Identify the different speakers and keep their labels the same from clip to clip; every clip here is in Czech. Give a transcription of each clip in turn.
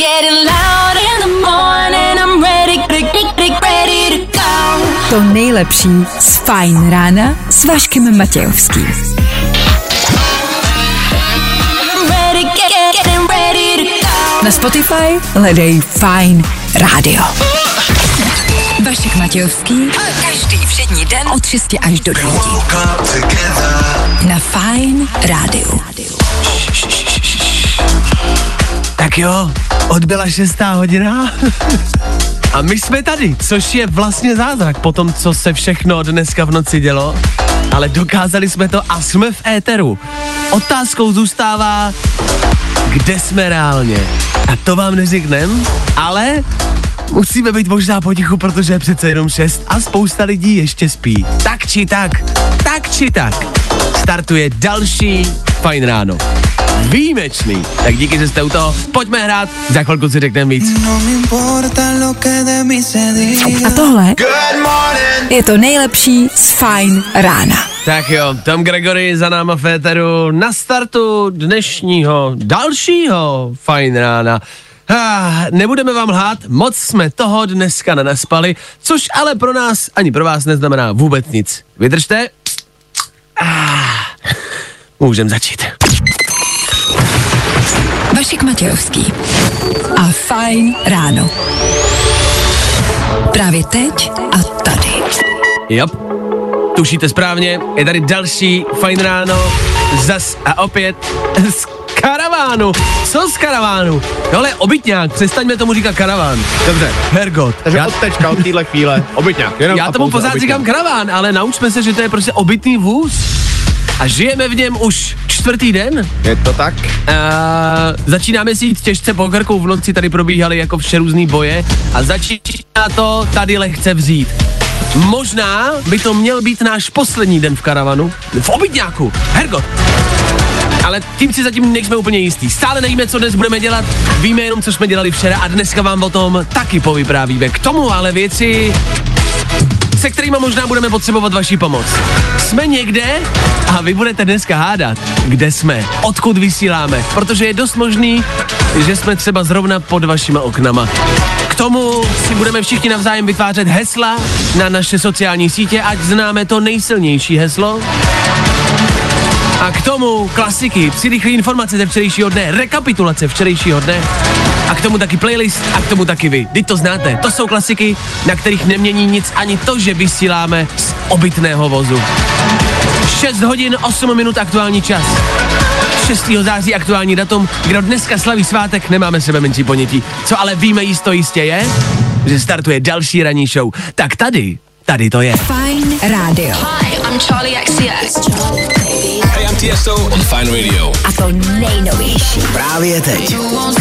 Speaker 1: To nejlepší z Fajn rána s Vaškem Matějovským. Na Spotify hledej Fajn rádio. Vašek Matějovský. Každý všední den od 6 až do 9. Na Fajn rádiu.
Speaker 2: Tak jo, odbyla 6. hodina a my jsme tady, což je vlastně zázrak po tom, co se všechno dneska v noci dělo, ale dokázali jsme to a jsme v éteru. Otázkou zůstává, kde jsme reálně. A to vám neřeknem, ale musíme být možná potichu, protože je přece jenom 6 a spousta lidí ještě spí. Tak či tak, startuje další Fajn ráno. Výjimečný. Tak díky, že jste u toho. Pojďme hrát, za chvilku si řekneme víc.
Speaker 1: A tohle je to nejlepší z Fajn rána.
Speaker 2: Tak jo, Tom Gregory za náma v éteru na startu dnešního dalšího Fajn rána. Nebudeme vám lhát, moc jsme toho dneska nenaspali, což ale pro nás ani pro vás neznamená vůbec nic. Vydržte. Můžem začít.
Speaker 1: Vašek Matějovský a Fajn ráno. Právě teď a tady.
Speaker 2: Jop, tušíte správně, je tady další Fajn ráno, zas a opět z karavánu. Co z karavánu? Tohle je obytňák, přestaňme tomu říkat karaván. Dobře, Hergot.
Speaker 3: Takže od teďka, od téhle chvíle, obytňák.
Speaker 2: Já tomu pořád říkám karaván, ale naučme se, že to je prostě obytný vůz. A žijeme v něm už 4. den.
Speaker 3: Je to tak?
Speaker 2: Začínáme si jít těžce po krku, v noci tady probíhaly jako vše různý boje a začíná to tady lehce vzít. Možná by to měl být náš poslední den v karavanu, v obytňáku, Hergot. Ale tím si zatím nejsme úplně jistý. Stále nevíme, co dnes budeme dělat, víme jenom, co jsme dělali včera a dneska vám o tom taky povyprávíme. K tomu ale věci, se kterýma možná budeme potřebovat vaši pomoc. Jsme někde a vy budete dneska hádat, kde jsme, odkud vysíláme, protože je dost možný, že jsme třeba zrovna pod vašima oknama. K tomu si budeme všichni navzájem vytvářet hesla na naše sociální sítě, ať známe to nejsilnější heslo. A k tomu klasiky, rychlé informace ze včerejšího dne, rekapitulace včerejšího dne. A k tomu taky playlist a k tomu taky vy. Vy to znáte, to jsou klasiky, na kterých nemění nic ani to, že vysíláme z obytného vozu. 6 hodin 8 minut aktuální čas. 6. září aktuální datum, kdo dneska slaví svátek, nemáme sebe menší ponětí. Co ale víme jistě je, že startuje další ranní show. Tak tady to je.
Speaker 1: Fajn rádio.
Speaker 4: Hi, I'm Charlie XCX.
Speaker 5: Hey, I'm Tiesto on Fajn Radio.
Speaker 1: A to nejnovější.
Speaker 2: Právě teď.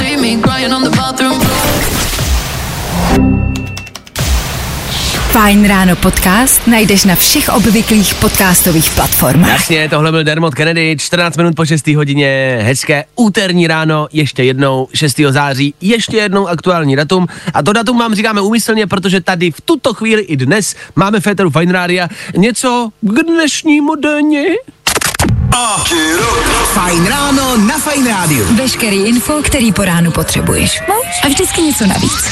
Speaker 1: Fajn ráno podcast najdeš na všech obvyklých podcastových platformách.
Speaker 2: Jasně, tohle byl Dermot Kennedy, 14 minut po 6. hodině, hezké úterní ráno, ještě jednou 6. září, ještě jednou aktuální datum. A to datum vám říkáme úmyslně, protože tady v tuto chvíli i dnes máme v éteru Fajn rádia něco k dnešnímu dni.
Speaker 6: Fajn ráno na Fajn rádiu.
Speaker 1: Veškerý info, který po ránu potřebuješ. No, a vždycky něco navíc.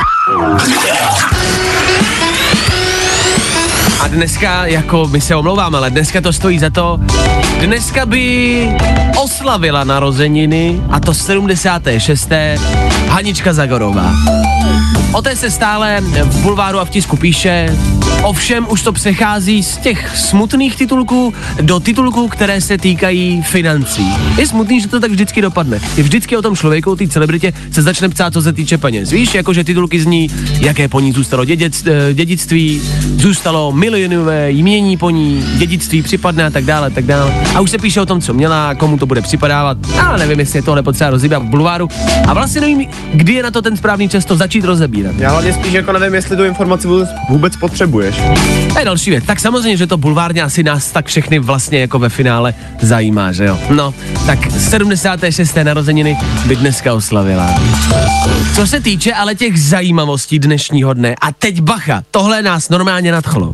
Speaker 2: A dneska, jako my se omlouváme, ale dneska to stojí za to, dneska by oslavila narozeniny, a to 76. Hanička Zagorová. O té se stále v bulváru a v tisku píše, ovšem už to přechází z těch smutných titulků do titulků, které se týkají financí. Je smutný, že to tak vždycky dopadne. Je vždycky o tom člověku, o té celebritě se začne psát, co se týče peněz. Víš, jakože titulky zní, jaké po ní zůstalo dědictví, zůstalo milionové jmění po ní, dědictví připadne a tak dále, tak dále. A už se píše o tom, co měla, komu to bude připadávat. Já nevím, jestli je tohle potřeba rozebírat v bulváru. A vlastně nevím, kdy je na to ten správný čas to začít rozebírat.
Speaker 3: Já hlavně spíš jako nevím, jestli tu informaci vůbec potřebuje. typuješ?
Speaker 2: To je další věc. Tak samozřejmě, že to bulvárně asi nás tak všechny vlastně jako ve finále zajímá, že jo? No, tak 76. narozeniny by dneska oslavila. Co se týče ale těch zajímavostí dnešního dne, a teď bacha, tohle nás normálně nadchlo.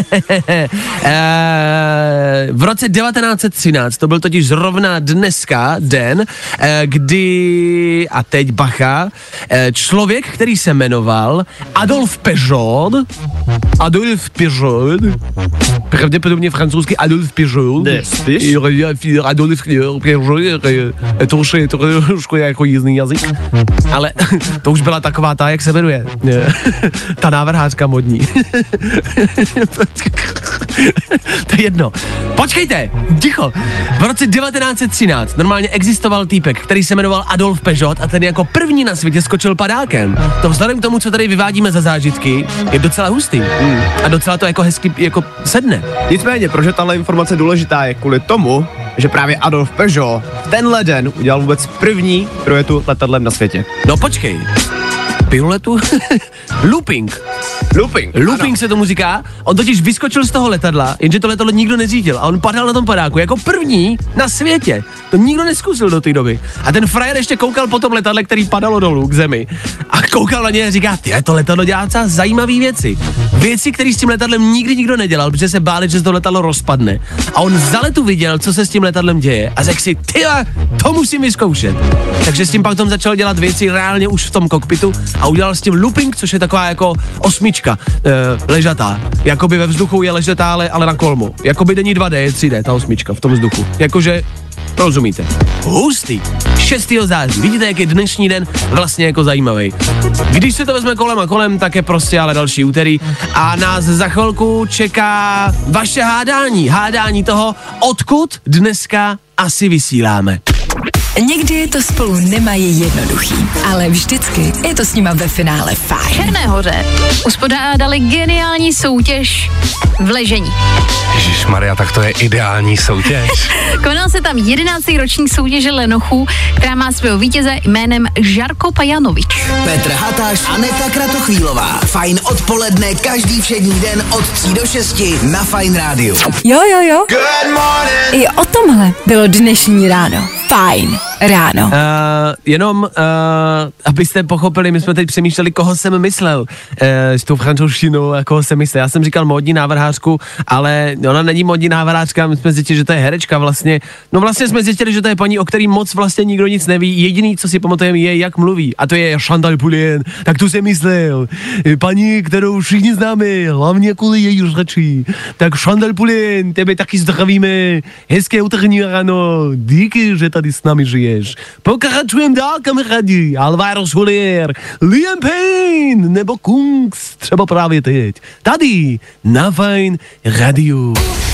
Speaker 2: V roce 1913, to byl totiž zrovna dneska den, kdy, a teď bacha, člověk, který se jmenoval Adolf Peugeot, pravděpodobně francouzsky Adolf Peugeot, Adolf Peugeot, to už je trošku jako jízdný jazyk, ale to už byla taková ta, jak se jmenuje, ta návrhářka modní. To je jedno. Počkejte, ticho. V roce 1913 normálně existoval týpek, který se jmenoval Adolf Peugeot a ten jako první na světě skočil padákem. To vzhledem k tomu, co tady vyvádíme za zážitky, je docela hustý. A docela to jako hezky jako sedne.
Speaker 3: Nicméně, proč je tahle informace důležitá, je kvůli tomu, že právě Adolf Peugeot tenhle den udělal vůbec první projetu letadlem na světě.
Speaker 2: No počkej. Piruletu? Looping se tomu říká. On totiž vyskočil z toho letadla, jenže to letadlo nikdo neřídil a on padal na tom padáku jako první na světě. To nikdo neskusil do té doby. A ten frajer ještě koukal po tom letadle, který padalo dolů k zemi. A koukal na něj a říká, ty, to letadlo dělá docela zajímavý věci. Věci, které s tím letadlem nikdy nikdo nedělal, protože se báli, že to letadlo rozpadne. A on za letu viděl, co se s tím letadlem děje a řekl si, ty, to musím vyzkoušet. Takže s tím pak tom začal dělat věci reálně už v tom kokpitu a udělal s tím looping, což je taková jako osmička, ležatá. Jakoby ve vzduchu je ležatá, ale na kolmu. Jakoby není 2D, je 3D, ta osmička v tom vzduchu. Jakože, rozumíte. Hustý. 6. září. Vidíte, jak je dnešní den vlastně jako zajímavý. Když se to vezme kolem a kolem, tak je prostě ale další úterý. A nás za chvilku čeká vaše hádání toho, odkud dneska asi vysíláme.
Speaker 1: Někdy to spolu nemají jednoduchý, ale vždycky je to s nima ve finále fajn.
Speaker 7: Černé Hoře uspořádali geniální soutěž v ležení.
Speaker 8: Ježišmarja, tak to je ideální soutěž.
Speaker 7: Konal se tam 11. ročník soutěže lenochů, která má svého vítěze jménem Žarko Pajanovič.
Speaker 6: Petr Hatáš, Aneta Kratochvílová. Fajn odpoledne každý všední den od 3 do 6 na Fajn rádiu.
Speaker 1: Jo. Good morning. I o tomhle bylo dnešní ráno. Fajn ráno.
Speaker 2: Jenom, abyste pochopili, my jsme teď přemýšleli, koho jsem myslel s tou francouzštinou a koho jsem myslel. Já jsem říkal módní návrhářku, ale ona není módní návrhářka, my jsme zjistili, že to je herečka vlastně. No vlastně jsme zjistili, že to je paní, o který moc vlastně nikdo nic neví. Jediný, co si pamatujeme, je, jak mluví. A to je Chantal Poulin. Tak tu jsem myslel. Paní, kterou všichni známe, hlavně kvůli její řeči. Tak Chantal Poulin, tebe taky zdravíme. Hezké úterní ráno. Díky, že tady s námi žiješ. Pokračujem dál, kamarádi. Alvaro Soler, Liam Payne nebo Kungs, třeba právě teď. Tady na Fajn rádiu.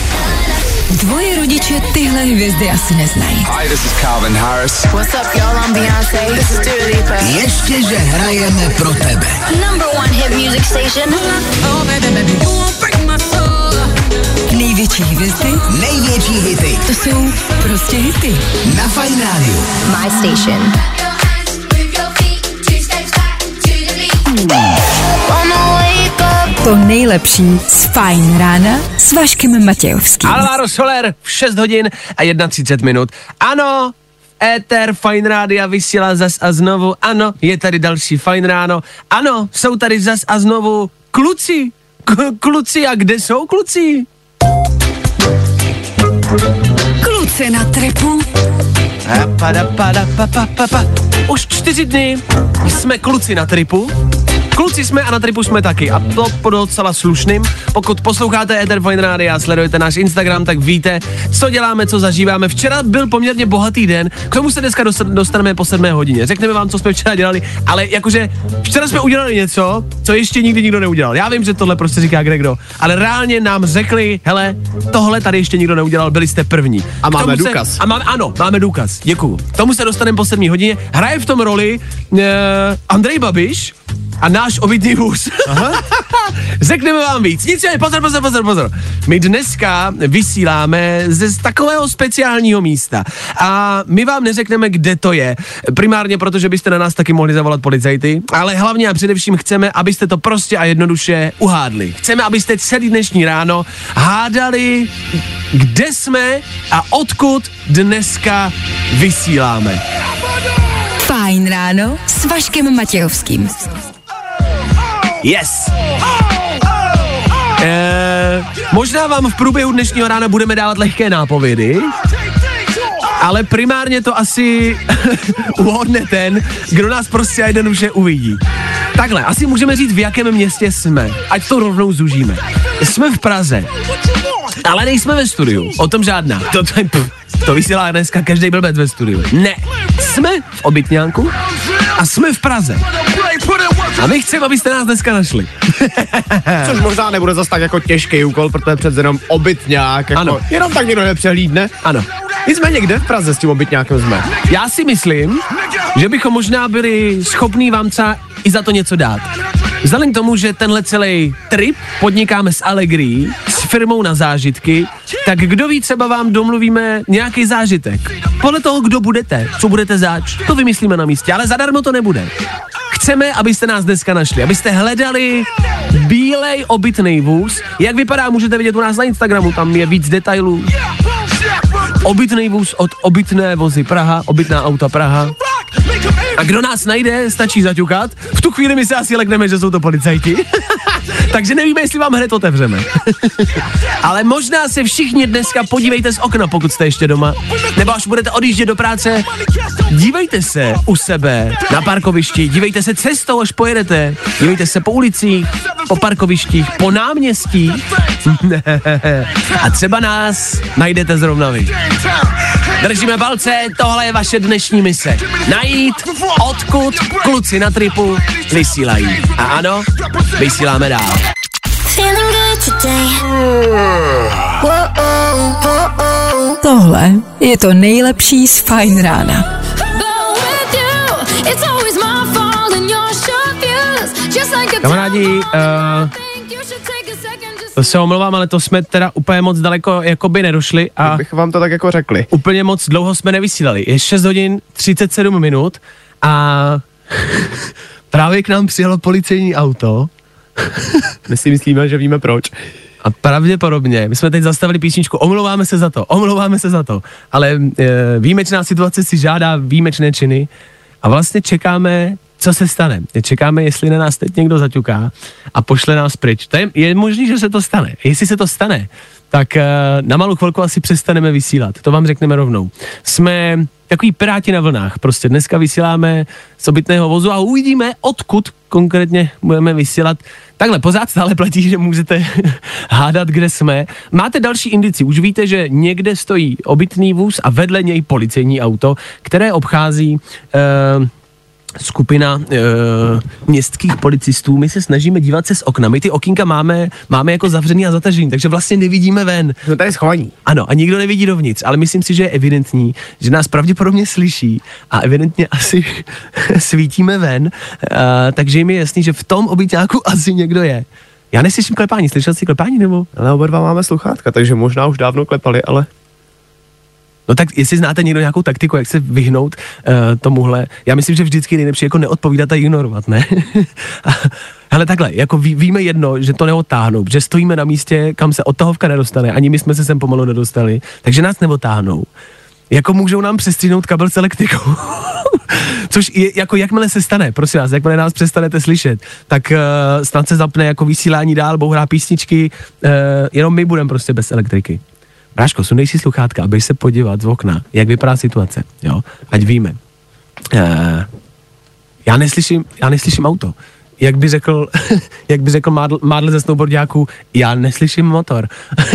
Speaker 1: Tvoje rodiče tyhle hvězdy asi neznají.
Speaker 5: Hi, this is Calvin Harris.
Speaker 4: What's up, y'all? I'm Beyoncé. This is Dua Lipa.
Speaker 6: Ještě, že hrajeme pro tebe.
Speaker 4: #1 hit music station.
Speaker 1: Největší hvězdy,
Speaker 6: Největší hity
Speaker 1: to jsou prostě hity.
Speaker 6: na Fajn rádiu.
Speaker 4: My station.
Speaker 1: To nejlepší z Fajn rána s Vaškem Matějovským.
Speaker 2: Alvaro Soler v 6 hodin a 31 minut. Ano, éter Fajn rádia vysílá zas a znovu. Ano, je tady další Fajn ráno. Ano, jsou tady zas a znovu kluci. Kluci, a kde jsou kluci?
Speaker 1: Kluci na tripu.
Speaker 2: Už 4 dny jsme kluci na tripu. Kluci jsme a na tripu jsme taky a to po docela slušným. Pokud posloucháte Éter Fajn rádia a sledujete náš Instagram, tak víte, co děláme, co zažíváme. Včera byl poměrně bohatý den, k tomu se dneska dostaneme po 7 hodině. Řekneme vám, co jsme včera dělali, ale jakože včera jsme udělali něco, co ještě nikdy nikdo neudělal. Já vím, že tohle prostě říká kdekdo, ale reálně nám řekli, hele, tohle tady ještě nikdo neudělal, byli jste první.
Speaker 3: A máme důkaz.
Speaker 2: Máme důkaz, děkuju. K tomu se dostaneme po 7 hodině. Hraje v tom roli Andrej Babiš a náš obytný vůz. Řekneme vám víc. Nicméně, pozor. My dneska vysíláme z takového speciálního místa a my vám neřekneme, kde to je. Primárně proto, že byste na nás taky mohli zavolat policajty, ale hlavně a především chceme, abyste to prostě a jednoduše uhádli. Chceme, abyste celý dnešní ráno hádali, kde jsme a odkud dneska vysíláme.
Speaker 1: Fajn ráno s Vaškem Matějovským.
Speaker 2: Yes! Možná vám v průběhu dnešního rána budeme dávat lehké nápovědy, ale primárně to asi uhodne ten, kdo nás prostě jednoduše uvidí. Takhle, asi můžeme říct, v jakém městě jsme, ať to rovnou zúžíme. Jsme v Praze, ale nejsme ve studiu, o tom žádná. To vysílá dneska každý blbec ve studiu. Ne, jsme v Obytňánku a jsme v Praze. A my chceme, abyste nás dneska našli.
Speaker 3: Což možná nebude zas tak jako těžký úkol, protože přece jenom Obytňák, jako
Speaker 2: ano.
Speaker 3: Jenom tak někdo nepřehlídne.
Speaker 2: Ano.
Speaker 3: Nicméně kde v Praze s tím Obytňákem jsme?
Speaker 2: Já si myslím, že bychom možná byli schopní vám třeba i za to něco dát. Vzhledem k tomu, že tenhle celý trip podnikáme s Allegrií, s firmou na zážitky, tak kdo ví, třeba vám domluvíme nějaký zážitek. Podle toho, kdo budete, co budete zač, to vymyslíme na místě, ale zadarmo to nebude. Chceme, abyste nás dneska našli, abyste hledali bílej obytnej vůz. Jak vypadá, můžete vidět u nás na Instagramu, tam je víc detailů. Obytnej vůz od Obytné vozy Praha, obytná auta Praha. A kdo nás najde, stačí zaťukat. V tu chvíli my se asi lekneme, že jsou to policajti. Takže nevíme, jestli vám hned otevřeme. Ale možná se všichni dneska podívejte z okna, pokud jste ještě doma. Nebo až budete odjíždět do práce, dívejte se u sebe na parkovišti, dívejte se cestou, až pojedete. Dívejte se po ulicích, po parkovištích, po náměstí. A třeba nás najdete zrovna vy. Držíme palce, tohle je vaše dnešní mise. Najít, odkud kluci na tripu vysílají. A ano, vysíláme dál.
Speaker 1: Tohle je to nejlepší z Fajn rána.
Speaker 2: Kamarádi, to se omlouvám, ale to jsme teda úplně moc daleko jakoby nedošli a
Speaker 3: bych vám to tak jako řekli.
Speaker 2: Úplně moc dlouho jsme nevysílali. Je 6 hodin 37 minut a právě k nám přijelo policejní auto.
Speaker 3: My si myslíme, že víme proč.
Speaker 2: A pravděpodobně, my jsme teď zastavili písničku, omlouváme se za to, ale výjimečná situace si žádá výjimečné činy a vlastně čekáme, co se stane. Čekáme, jestli na nás teď někdo zaťuká a pošle nás pryč. To je možný, že se to stane. Jestli se to stane, tak na malou chvilku asi přestaneme vysílat. To vám řekneme rovnou. Jsme takový piráti na vlnách. Prostě dneska vysíláme z obytného vozu a uvidíme, odkud konkrétně budeme vysílat. Takhle, pořád stále platí, že můžete hádat, kde jsme. Máte další indici. Už víte, že někde stojí obytný vůz a vedle něj policejní auto, které obchází skupina městských policistů. My se snažíme dívat se z okna. My ty okýnka máme jako zavřený a zatažený, takže vlastně nevidíme ven.
Speaker 3: Jsme tady schovaní.
Speaker 2: Ano, a nikdo nevidí dovnitř, ale myslím si, že je evidentní, že nás pravděpodobně slyší a evidentně asi svítíme ven, takže jim je jasný, že v tom obyťáku asi někdo je. Já neslyším klepání, slyšel jsi klepání nebo?
Speaker 3: Ale oba dva máme sluchátka, takže možná už dávno klepali, ale...
Speaker 2: No tak jestli znáte někdo nějakou taktiku, jak se vyhnout tomuhle, já myslím, že vždycky nejlepší jako neodpovídat a ignorovat, ne? Hele takhle, jako víme jedno, že to neodtáhnou, že stojíme na místě, kam se odtahovka nedostane, ani my jsme se sem pomalu nedostali, takže nás neodtáhnou. Jako můžou nám přestříhnout kabel s elektrikou. Což je, jako jakmile se stane, prosím vás, jakmile nás přestanete slyšet, tak snad se zapne jako vysílání dál, budou hrát písničky, jenom my budeme prostě bez elektriky. Bráško, sundej si sluchátka a běž se podívat z okna, jak vypadá situace, jo, ať víme. Já neslyším auto. Jak by řekl Mádl ze snowboardiáků, já neslyším motor.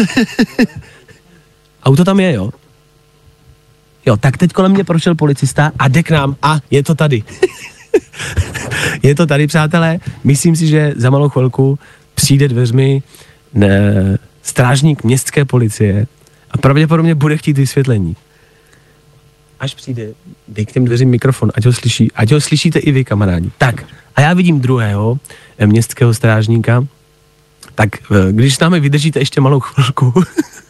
Speaker 2: Auto tam je, jo. Jo, tak teď kolem mě prošel policista a jde k nám a je to tady. Je to tady, přátelé. Myslím si, že za malou chvilku přijde dveřmi strážník městské policie a pravděpodobně bude chtít vysvětlení. až přijde, dej k těm dveřím mikrofon, ať ho slyšíte i vy, kamarádi. Tak, a já vidím druhého městského strážníka, tak když s námi vydržíte ještě malou chvilku,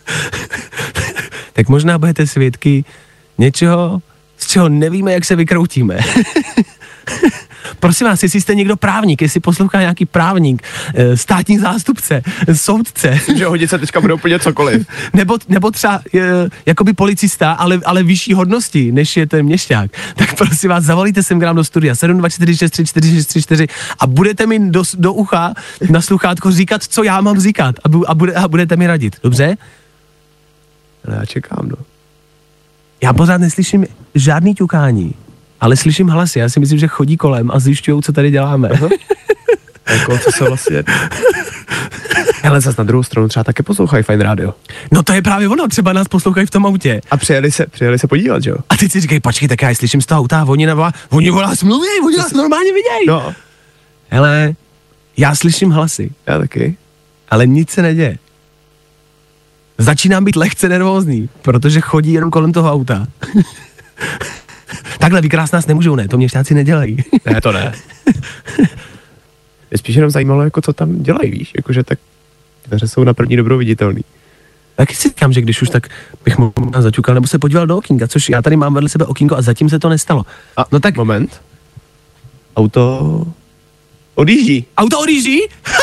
Speaker 2: tak možná budete svědky něčeho, z čeho nevíme, jak se vykroutíme. Prosím vás, jestli jste někdo právník, jestli poslouchá nějaký právník, státní zástupce, soudce.
Speaker 3: Že hodit se teďka bude úplně cokoliv.
Speaker 2: nebo třeba jakoby policista, ale vyšší hodnosti, než je ten měšťák. Tak prosím vás, zavolíte sem k nám do studia 724634634 a budete mi do ucha na sluchátko říkat, co já mám říkat a budete mi radit, dobře?
Speaker 3: No, já čekám, no.
Speaker 2: Já pořád neslyším žádný ťukání, ale slyším hlasy. Já si myslím, že chodí kolem a zjišťují, co tady děláme.
Speaker 3: Jako, co se vlastně... Ale zase na druhou stranu třeba taky poslouchají Fajn rádio.
Speaker 2: No to je právě ono, třeba nás poslouchají v tom autě.
Speaker 3: A přijeli se podívat, že jo?
Speaker 2: A teď si říkají, počkej, tak já slyším z toho auta, oni o nás mluví, oni nás normálně vidějí.
Speaker 3: No.
Speaker 2: Hele, já slyším hlasy.
Speaker 3: Já taky.
Speaker 2: Ale nic se neděje. Začínám být lehce nervózní, protože chodí jenom kolem toho auta. Takhle vykrást nás nemůžou, ne? To měšťáci nedělají.
Speaker 3: Ne, to ne. Je spíš jenom zajímalo, jako co tam dělají, víš? Jakože tak dveře jsou na první dobrou viditelný.
Speaker 2: Taky si říkám, že když už tak bych mu zaťukal, nebo se podíval do okýnka, což já tady mám vedle sebe okýnko a zatím se to nestalo.
Speaker 3: A
Speaker 2: no tak...
Speaker 3: Moment. Auto odjíždí.
Speaker 2: Auto odjíždí?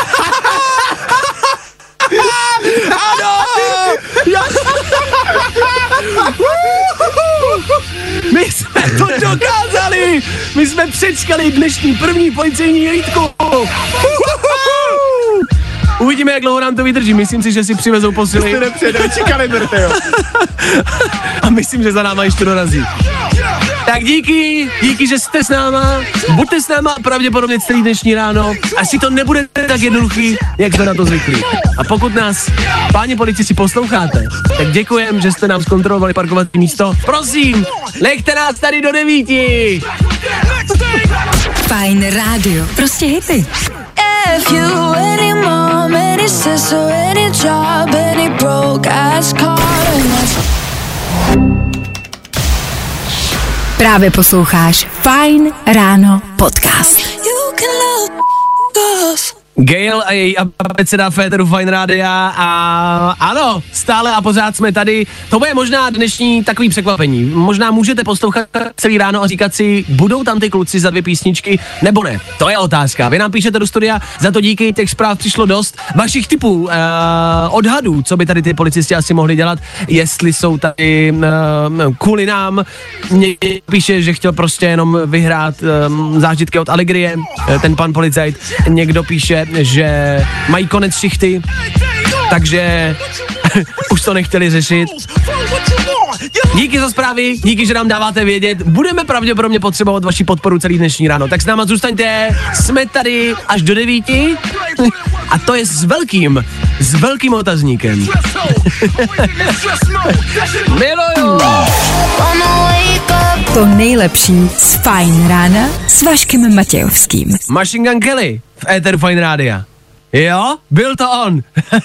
Speaker 2: Ano! My jsme to dokázali! My jsme přečkali dnešní první policejní hlídku! Uvidíme, jak dlouho nám to vydrží. Myslím si, že si přivezou posily.
Speaker 3: Jste nepřijede větší kalibr, tyjo.
Speaker 2: A myslím, že za náma ještě dorazí. Tak díky, že jste s náma, buďte s náma pravděpodobně celý dnešní ráno, asi to nebude tak jednoduchý, jak jsme na to zvyklí. A pokud nás, páni policisti, posloucháte, tak děkujem, že jste nám zkontrolovali parkovací místo. Prosím, nechte nás tady do 9.
Speaker 1: Fajn rádio, prostě hity.
Speaker 9: If you any mom, any sister, any job, any broke ass car.
Speaker 1: Právě posloucháš Fajn ráno podcast.
Speaker 9: You can love us.
Speaker 2: Gail a její abeceda Féteru Fajn rádia a ano, stále a pořád jsme tady. To bude možná dnešní takový překvapení. Možná můžete poslouchat celý ráno a říkat si, budou tam ty kluci za 2 písničky, nebo ne? To je otázka. Vy nám píšete do studia, za to díky, těch zpráv přišlo dost. Vašich typů, odhadů, co by tady ty policisti asi mohli dělat, jestli jsou tady kvůli nám. Někdo píše, že chtěl prostě jenom vyhrát zážitky od Alegrie, ten pan policajt. Někdo píše, že mají konec šichty, takže už to nechtěli řešit. Díky za zprávy, díky, že nám dáváte vědět. Budeme pravděpodobně potřebovat vaši podporu celý dnešní ráno. Tak s náma zůstaňte, jsme tady až do 9. A to je s velkým otazníkem. Miluju!
Speaker 1: To nejlepší z Fajn rána s Vaškem Matějovským.
Speaker 2: Machine Gun Kelly v éteru Fajn rádia. Jo, byl to on.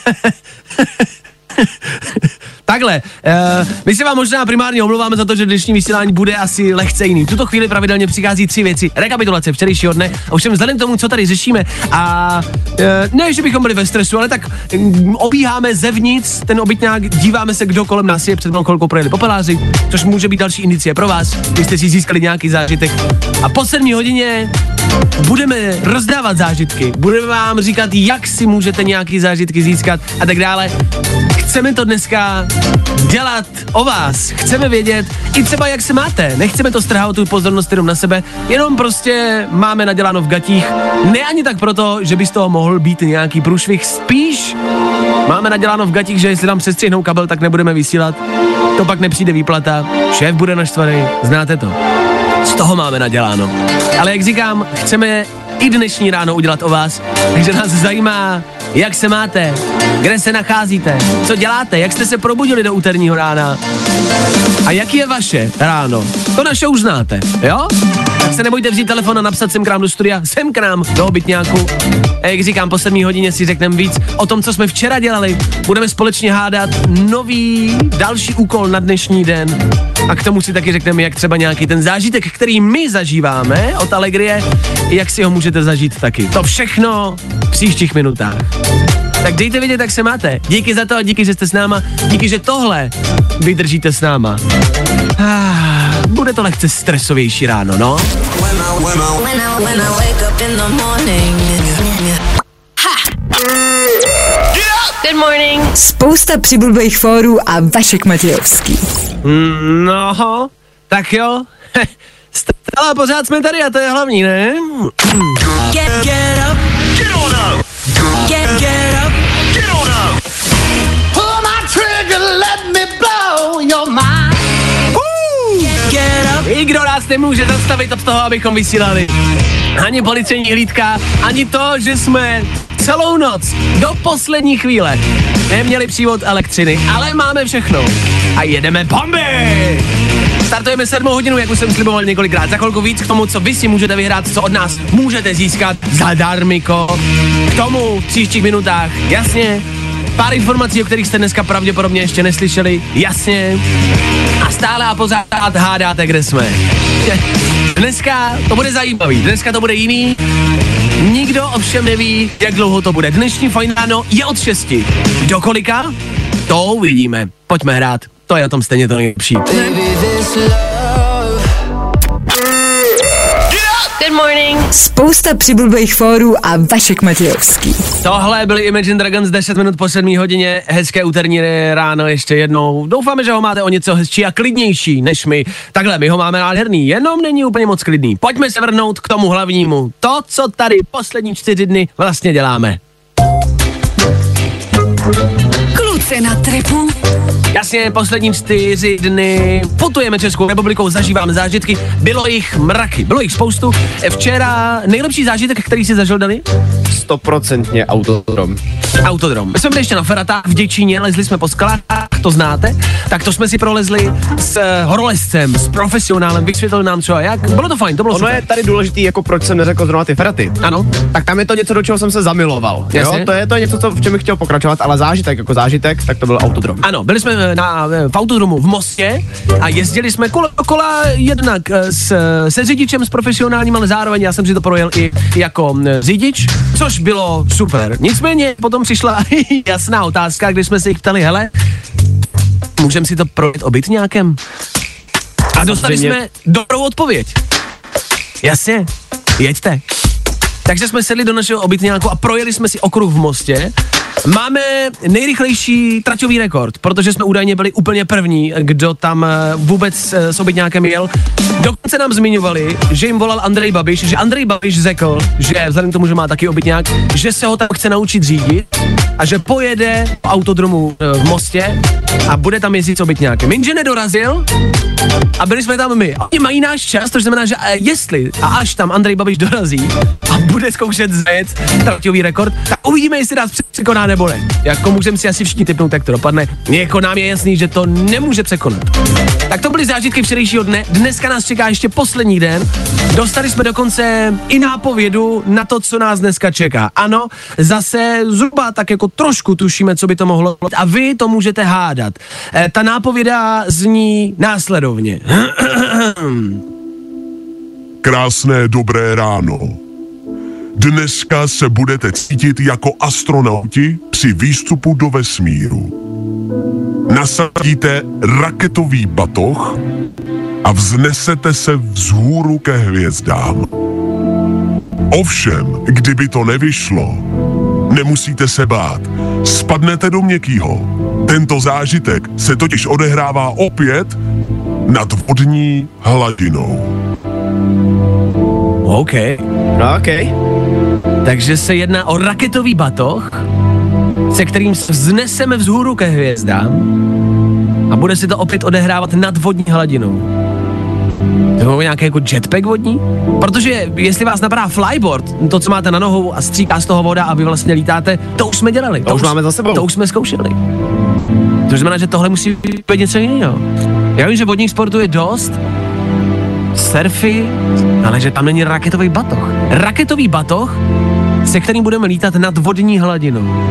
Speaker 2: Takhle, my se vám možná primárně omlouváme za to, že dnešní vysílání bude asi lehce jiný. V tuto chvíli pravidelně přichází 3 věci. Rekapitulace včerejšího dne, ovšem vzhledem k tomu, co tady řešíme a ne, že bychom byli ve stresu, ale tak obíháme zevnitř ten obytňák, díváme se, kdo kolem nás je, před mnou chvilkou projeli popeláři, což může být další indicie pro vás, když jste si získali nějaký zážitek. A po 7 hodině budeme rozdávat zážitky, budeme vám říkat, jak si můžete nějaký zážitky získat a tak dále. Chceme to dneska dělat o vás. Chceme vědět i třeba, jak se máte. Nechceme to strhávat tu pozornost jenom na sebe, jenom prostě máme naděláno v gatích. Ne ani tak proto, že by z toho mohl být nějaký průšvih. Spíš máme naděláno v gatích, že jestli nám přestřihnou kabel, tak nebudeme vysílat. To pak nepřijde výplata. Šéf bude naštvaný. Znáte to. Z toho máme naděláno. Ale jak říkám, chceme i dnešní ráno udělat o vás. Takže nás zajímá, jak se máte, kde se nacházíte, co děláte, jak jste se probudili do úterního rána a jaký je vaše ráno. To naše už znáte, jo? tak se nebojte vzít telefon a napsat sem k nám do studia, sem k nám do obytňáku. A jak říkám, po 7 hodině si řekneme víc o tom, co jsme včera dělali. Budeme společně hádat nový, další úkol na dnešní den. A k tomu si taky řekneme, jak třeba nějaký ten zážitek, který my zažíváme od Allegrie, jak si ho můžete zažít taky. To všechno v příštích minutách. Tak dejte vědět, jak se máte. Díky za to a díky, že jste s náma. Díky, že tohle vydržíte s náma. Bude to lehce stresovější ráno, no?
Speaker 7: Good morning.
Speaker 1: Spousta přibulbých fórů a Vašek Matějovský.
Speaker 2: No, tak jo. Ale pořád jsme tady a to je hlavní, ne?
Speaker 9: Get up. Get on up. Get up. Get on up. Pull my trigger, let me blow your mind. Get up.
Speaker 2: Nikdo nás nemůže zastavit od toho, abychom vysílali. Ani policejní hlídka, ani to, že jsme celou noc do poslední chvíle neměli přívod elektřiny, ale máme všechno. A jedeme bomby! Startujeme 7 hodinu, jak už jsem sliboval několikrát. Za chvilku víc k tomu, co vy si můžete vyhrát, co od nás můžete získat zadarmiko. K tomu v příštích minutách, jasně. Pár informací, o kterých jste dneska pravděpodobně ještě neslyšeli, jasně. A stále a pořád hádáte, kde jsme. Dneska to bude zajímavý, dneska to bude jiný. Nikdo ovšem neví, jak dlouho to bude. Dnešní Fajn ráno je od 6. Do kolika? To uvidíme. Pojďme hrát. To je o tom stejně to nejlepší.
Speaker 7: Good morning.
Speaker 1: Spousta přibulbých fórů a Vašek Matějovský.
Speaker 2: Tohle byly Imagine Dragons 10 minut po 7 hodině. Hezké úterní ráno ještě jednou. Doufáme, že ho máte o něco hezčí a klidnější než my. Takhle, my ho máme nádherný, jenom není úplně moc klidný. Pojďme se vrhnout k tomu hlavnímu. To, co tady poslední 4 dny vlastně děláme.
Speaker 1: Kluci na tripu.
Speaker 2: Jasně, poslední 4 dny putujeme Českou republikou, zažíváme zážitky, bylo jich mraky, bylo jich spoustu. Včera nejlepší zážitek, který si zažil, Dani?
Speaker 3: 100% autodrom.
Speaker 2: Autodrom. My jsme byli ještě na Feratách v Děčíně, lezli jsme po skalách, to znáte, tak to jsme si prolezli s horolezcem, s profesionálem, vysvětlil nám co a jak. Bylo to fajn, to bylo
Speaker 3: Ono
Speaker 2: super.
Speaker 3: je tady důležitý, jako proč jsem neřekl zrovna ty Feraty.
Speaker 2: Ano.
Speaker 3: Tak tam je to něco, do čeho jsem se zamiloval. Jo? To je něco, co, v čem bych chtěl pokračovat, ale zážitek jako zážitek, tak to byl autodrom.
Speaker 2: Ano, byli jsme v autodromu v Mostě a jezdili jsme kola jednak se řidičem, s profesionálním, ale zároveň já jsem si to projel i jako řidič, což bylo super. Nicméně potom přišla jasná otázka, když jsme se jich ptali, hele, můžeme si to projet obytňákem? A dostali jsme dobrou odpověď. Jasně, jeďte. Takže jsme sedli do našeho obytňáku a projeli jsme si okruh v Mostě. Máme nejrychlejší traťový rekord, protože jsme údajně byli úplně první, kdo tam vůbec s obytňákem jel. Dokonce nám zmiňovali, že jim volal Andrej Babiš, že Andrej Babiš řekl, že vzhledem k tomu, že má taky obytňák, že se ho tam chce naučit řídit a že pojede po autodromu v Mostě a bude tam jezdit s obytňákem. Jenže nedorazil a byli jsme tam my. Oni mají náš čas, to znamená, že jestli a až tam Andrej Babiš dorazí a bude zkoušet zajet traťový rekord, tak uvidíme, jestli nás překoná nebo ne. Jako můžeme si asi všichni tipnout, jak to dopadne. Jako nám je jasný, že to nemůže překonat. Tak to byly zážitky včerejšího dne. Dneska nás čeká ještě poslední den. Dostali jsme dokonce i nápovědu na to, co nás dneska čeká. Ano, zase zhruba tak jako trošku tušíme, co by to mohlo být. A vy to můžete hádat. Ta nápověda zní následovně.
Speaker 10: Krásné dobré ráno. Dneska se budete cítit jako astronauti při výstupu do vesmíru. Nasadíte raketový batoh a vznesete se vzhůru ke hvězdám. Ovšem, kdyby to nevyšlo, nemusíte se bát. Spadnete do měkkýho. Tento zážitek se totiž odehrává opět nad vodní hladinou.
Speaker 2: OK.
Speaker 3: No, OK.
Speaker 2: Takže se jedná o raketový batoh, se kterým vzneseme vzhůru ke hvězdám a bude se to opět odehrávat nad vodní hladinou. To je nějaký jako jetpack vodní? Protože jestli vás napadá flyboard, to, co máte na nohou a stříká z toho voda a vy vlastně lítáte, to už jsme dělali.
Speaker 3: To už máme za sebou.
Speaker 2: To už jsme zkoušeli. To znamená, že tohle musí být něco jiného. Já vím, že vodních sportů je dost. surfy, ale že tam není raketový batoh. Raketový batoh, se kterým budeme lítat nad vodní hladinou.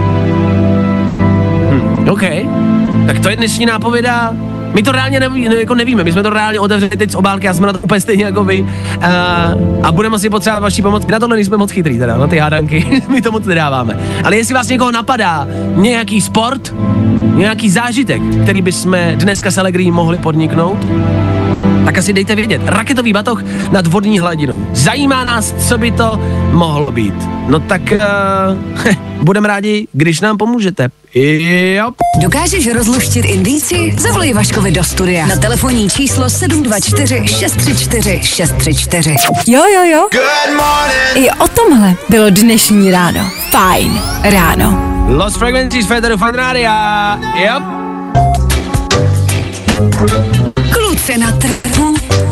Speaker 2: OK, tak to je dnešní nápověda. My to reálně nevíme, my jsme to reálně otevřeli teď z obálky a jsme na to úplně stejně jako vy. A budeme asi potřebovat vaší pomoc. Na tohle nejsme moc chytrý teda, na ty hádanky, my to moc nedáváme. Ale jestli vás někoho napadá nějaký sport, nějaký zážitek, který bychom dneska s Allegri mohli podniknout, tak asi dejte vědět. Raketový batoh nad vodní hladinou. Zajímá nás, co by to mohlo být. No tak budeme rádi, když nám pomůžete. Jo.
Speaker 1: Dokážeš rozluštit Indijci? Zavolej Vaškovi do studia na telefonní číslo 724 634 634. Jo.
Speaker 6: Good morning.
Speaker 1: I o tomhle bylo dnešní ráno. Fajn ráno.
Speaker 2: Lost Frequencies, Féteru Fajn Rádia. Yep.
Speaker 1: Kluci na trhu.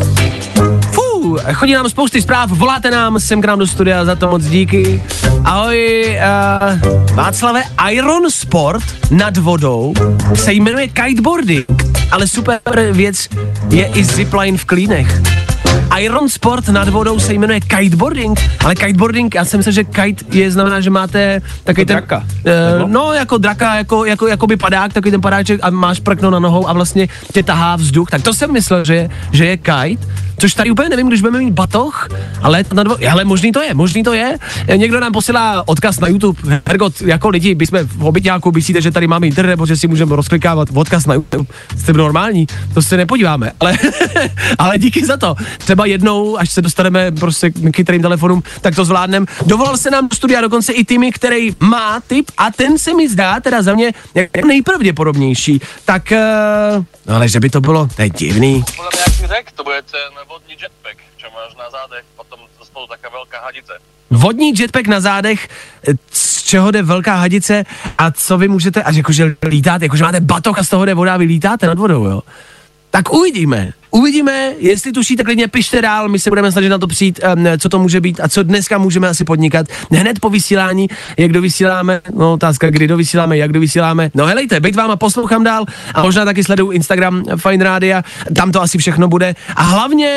Speaker 2: Chodí nám spousty zpráv, voláte nám sem k nám do studia, za to moc díky. Ahoj, Václave, Iron Sport nad vodou se jmenuje kiteboarding, ale super věc je i zipline v Klínech. Iron Sport nad vodou se jmenuje kiteboarding, ale kiteboarding, já jsem myslel, že kite znamená, že máte takový ten...
Speaker 3: Draka.
Speaker 2: No, jako draka, jako by padák, takový ten padáček a máš prkno na nohou a vlastně tě tahá vzduch, tak to jsem myslel, že je kite, což tady úplně nevím, když budeme mít batoh, ale možný to je. Někdo nám posílá odkaz na YouTube, Hergot, jako lidi, bychom v obyťáku, myslíte, že tady máme internet, protože si můžeme rozklikávat odkaz na YouTube, jste normální, to se nepodíváme, ale díky za to. Třeba jednou, až se dostaneme prostě k chytrým telefonům, tak to zvládnem. Dovolal se nám do studia dokonce i Timmy, který má tip a ten se mi zdá teda za mě nejpravděpodobnější. Tak, ale že by to bylo, to je divný.
Speaker 11: Podle mě, jak si řekl, to bude ten vodní jetpack, čo máš na zádech, potom spolu taká velká hadice.
Speaker 2: Vodní jetpack na zádech, z čeho jde velká hadice a co vy můžete, až jakože lítáte, jakože máte batoh a z toho jde voda a vy lítáte nad vodou, jo? Tak uvidíme, jestli tušíte, klidně pište dál, my se budeme snažit na to přijít, co to může být a co dneska můžeme asi podnikat. Hned po vysílání, jak dovysíláme, no otázka, kdy dovysíláme, jak dovysíláme. No helejte, bejt vám a poslouchám dál a možná taky sleduju Instagram Fajn Rádia, tam to asi všechno bude. A hlavně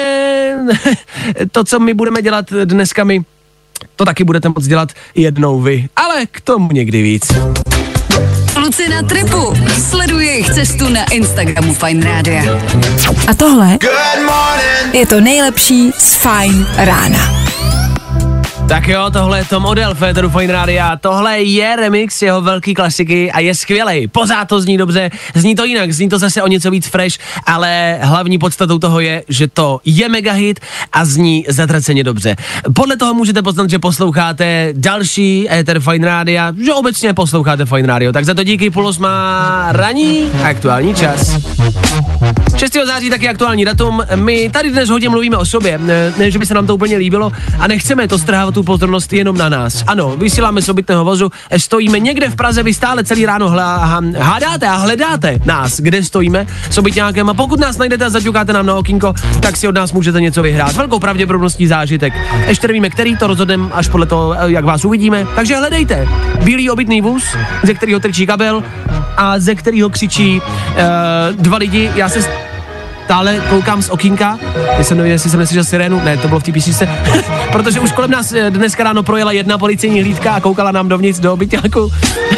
Speaker 2: to, co my budeme dělat dneska my, to taky budete moct dělat jednou vy, ale k tomu někdy víc.
Speaker 1: Kluci na tripu. Sleduj jejich cestu na Instagramu Fajn Rádia. A tohle je to nejlepší z Fajn rána.
Speaker 2: Tak jo, tohle je to model Féteru Fajn Rádia, tohle je remix jeho velký klasiky a je skvělej, pořád to zní dobře, zní to jinak, zní to zase o něco víc fresh, ale hlavní podstatou toho je, že to je mega hit a zní zatraceně dobře. Podle toho můžete poznat, že posloucháte další éter Fajn Rádia, že obecně posloucháte Fajn Rádio, tak za to díky, Pulos má ranní aktuální čas. 6. září taky aktuální datum. My tady dnes hodně mluvíme o sobě, ne, že by se nám to úplně líbilo a nechceme to strhávat tu pozornost jenom na nás. Ano, vysíláme z obytného vozu, stojíme někde v Praze, vy stále celý ráno hádáte a hledáte nás, kde stojíme s obytňákem a pokud nás najdete a zaťukáte nám na okýnko, tak si od nás můžete něco vyhrát. Velkou pravděpodobností zážitek. Ještě nevíme, který, to rozhodneme až podle toho, jak vás uvidíme. Takže hledejte. Bílý obytný vůz, ze kterého trčí kabel a ze kterého křičí dva lidi. Já se stále koukám z okýnka, jestli jsem neslyšel sirénu, ne, to bylo v té písničce, protože už kolem nás dneska ráno projela jedna policejní hlídka a koukala nám dovnitř do obyťáku.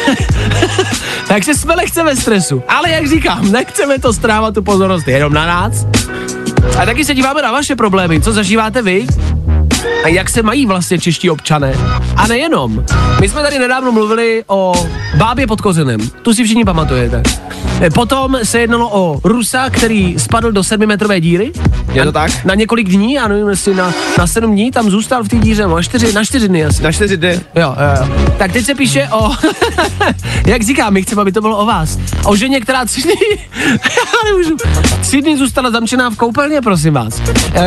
Speaker 2: Takže jsme lehce ve stresu, ale jak říkám, nechceme to strávat tu pozornost jenom na nás. A taky se díváme na vaše problémy, co zažíváte vy a jak se mají vlastně čeští občané. A nejenom. My jsme tady nedávno mluvili o bábě pod Kozenem, tu si všichni pamatujete. Potom se jednalo o Rusa, který spadl do 7metrové díry.
Speaker 3: Je to tak?
Speaker 2: Na několik dní, já nevím, jestli na 7 dní tam zůstal v té díře, na 4 dny asi.
Speaker 3: Na 4 dny.
Speaker 2: Jo. Tak teď se píše o, jak říkám, my chceme, aby to bylo o vás. O ženě, která 3 dny, já nemůžu, 3 dny zůstala zamčená v koupelně, prosím vás.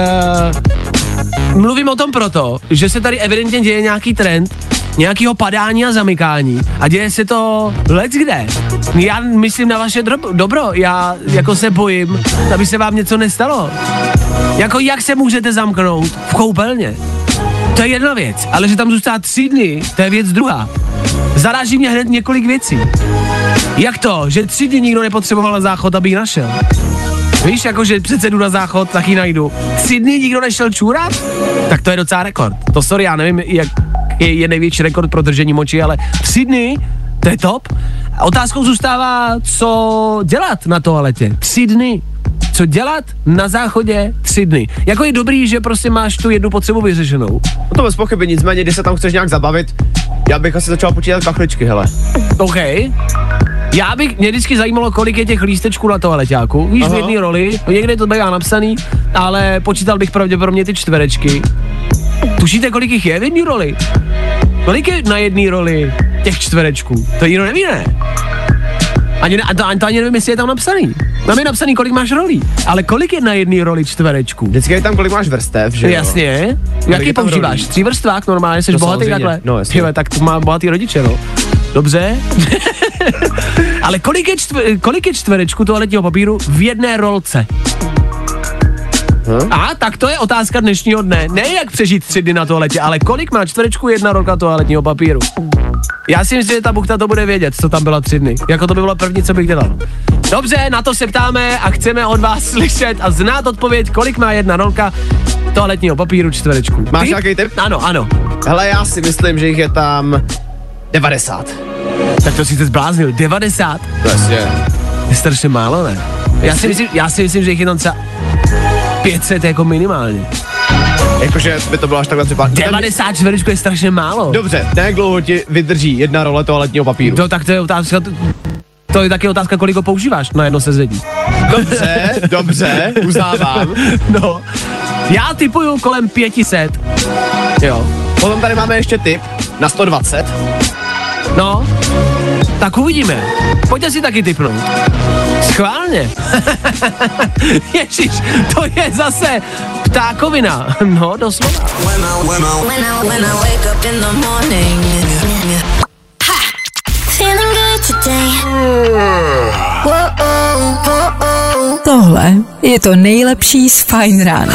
Speaker 2: Mluvím o tom proto, že se tady evidentně děje nějaký trend, nějakýho padání a zamykání a děje se to leckde. Já myslím na vaše dobro, já jako se bojím, aby se vám něco nestalo. Jako jak se můžete zamknout v koupelně? To je jedna věc, ale že tam zůstá 3 dny, to je věc druhá. Zaráží mě hned několik věcí. Jak to, že 3 dny nikdo nepotřeboval na záchod, aby ji našel? Víš, jakože přece jdu na záchod, tak ji najdu. 3 dny nikdo nešel čůrat? Tak to je docela rekord. To sorry, já nevím, jak je největší rekord pro držení moči, ale 3 dny, to je top. A otázkou zůstává, co dělat na toaletě. 3 dny. Co dělat na záchodě 3 dny. Jako je dobrý, že prostě máš tu jednu potřebu vyřešenou.
Speaker 3: No to bez pochyby, nicméně, když se tam chceš nějak zabavit, já bych asi začal počítat kachličky, hele.
Speaker 2: OK. Mě vždycky zajímalo, kolik je těch lístečků na toaleťáku. Víš, v jedné roli, někde to bývá napsaný, ale počítal bych pravděpodobně ty čtverečky. Tušíte, kolik jich je v jedné roli? Kolik je na jedné roli těch čtverečků? To nikdo neví, ne? To ani nevím, jestli je tam napsaný. Tam je napsaný, kolik máš rolí. Ale kolik je na jedné roli čtverečků?
Speaker 3: Vždycky je tam, kolik máš vrstev, že jo?
Speaker 2: Jasně. Jaký používáš? 3vrstvák normálně, jsi bohatý takhle.
Speaker 3: No, jasně.
Speaker 2: Tyhle, tak to má bohatý rodiče, no. Dobře. Ale kolik je čtverečku toaletního papíru v jedné rolce? A tak to je otázka dnešního dne. Ne jak přežít 3 dny na toaletě, ale kolik má čtverečku jedna rolka toaletního papíru? Já si myslím, že ta buchta to bude vědět, co tam bylo 3 dny. Jako to by bylo první, co bych dělal. Dobře, na to se ptáme a chceme od vás slyšet a znát odpověď, kolik má jedna rolka toaletního papíru čtverečku.
Speaker 3: Máš nějaký tip?
Speaker 2: Ano. Hele,
Speaker 3: já si myslím, že jich je tam 90.
Speaker 2: Tak to si zbláznil, 90?
Speaker 3: Vlastně.
Speaker 2: Je strašně málo, ne? Já si myslím, že jich je tam třeba 500 jako minimálně.
Speaker 3: Jakože by to bylo až takhle třeba...
Speaker 2: 90 čtverečku je strašně málo.
Speaker 3: Dobře, jak dlouho ti vydrží jedna role toaletního papíru?
Speaker 2: No tak to je otázka, to je taky otázka, kolik ho používáš na jedno sezení.
Speaker 3: Dobře, uznávám.
Speaker 2: No, já tipuju kolem 500. Jo.
Speaker 3: Potom tady máme ještě tip na 120.
Speaker 2: No, tak uvidíme. Pojďte si taky tipnout. Schválně. Ježiš, to je zase ptákovina. No, doslova.
Speaker 1: Tohle je to nejlepší z Fajn rána.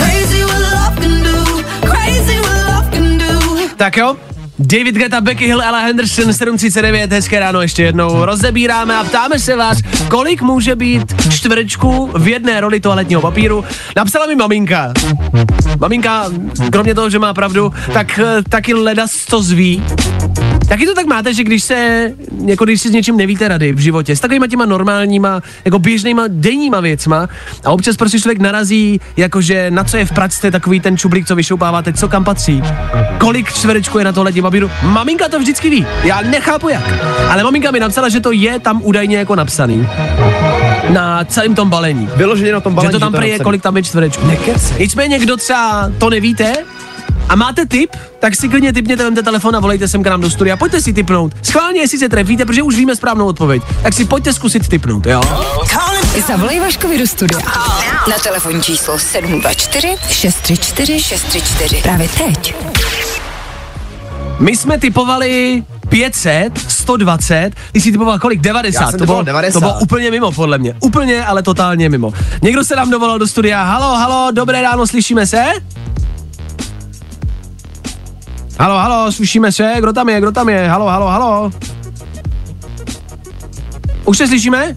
Speaker 2: Tak jo, David Guetta, Becky Hill, Ella Henderson, 7:39, hezké ráno ještě jednou rozebíráme a ptáme se vás, kolik může být čtverečků v jedné roli toaletního papíru. Napsala mi maminka. Maminka, kromě toho, že má pravdu, tak taky ledas to zví. Taky to tak máte, že když si s něčím nevíte rady v životě, s takovýma těma normálníma, jako běžnýma denníma věcma a občas prostě člověk narazí, jakože na co je v pračce takový ten čublík, co vyšoupáváte, co kam patří. Kolik čtverečku je na toaletním papíru? Maminka to vždycky ví, já nechápu jak. Ale maminka mi napsala, že to je tam údajně jako napsaný. Na celém tom balení.
Speaker 3: Vyloženě na tom balení.
Speaker 2: Že to tam prý je, kolik tam je čtverečku. Nicméně, kdo třeba to nevíte, a máte tip, tak si klidně tipněte, vemte telefon a volejte sem k nám do studia. Pojďte si tipnout. Schválně, jestli se trefíte, protože už víme správnou odpověď. Tak si pojďte zkusit tipnout, jo?
Speaker 1: Zavolej Vaškovi do studia. Na telefonní číslo 724 634 634. Právě teď.
Speaker 2: My jsme tipovali 500, 120, ty jsi typoval kolik? 90.
Speaker 3: Já jsem typoval 90.
Speaker 2: To bylo úplně mimo, podle mě. Úplně, ale totálně mimo. Někdo se nám dovolal do studia. Halo, dobré ráno, slyšíme se? Halo, slyšíme se? Kdo tam je? Halo. Už se slyšíme?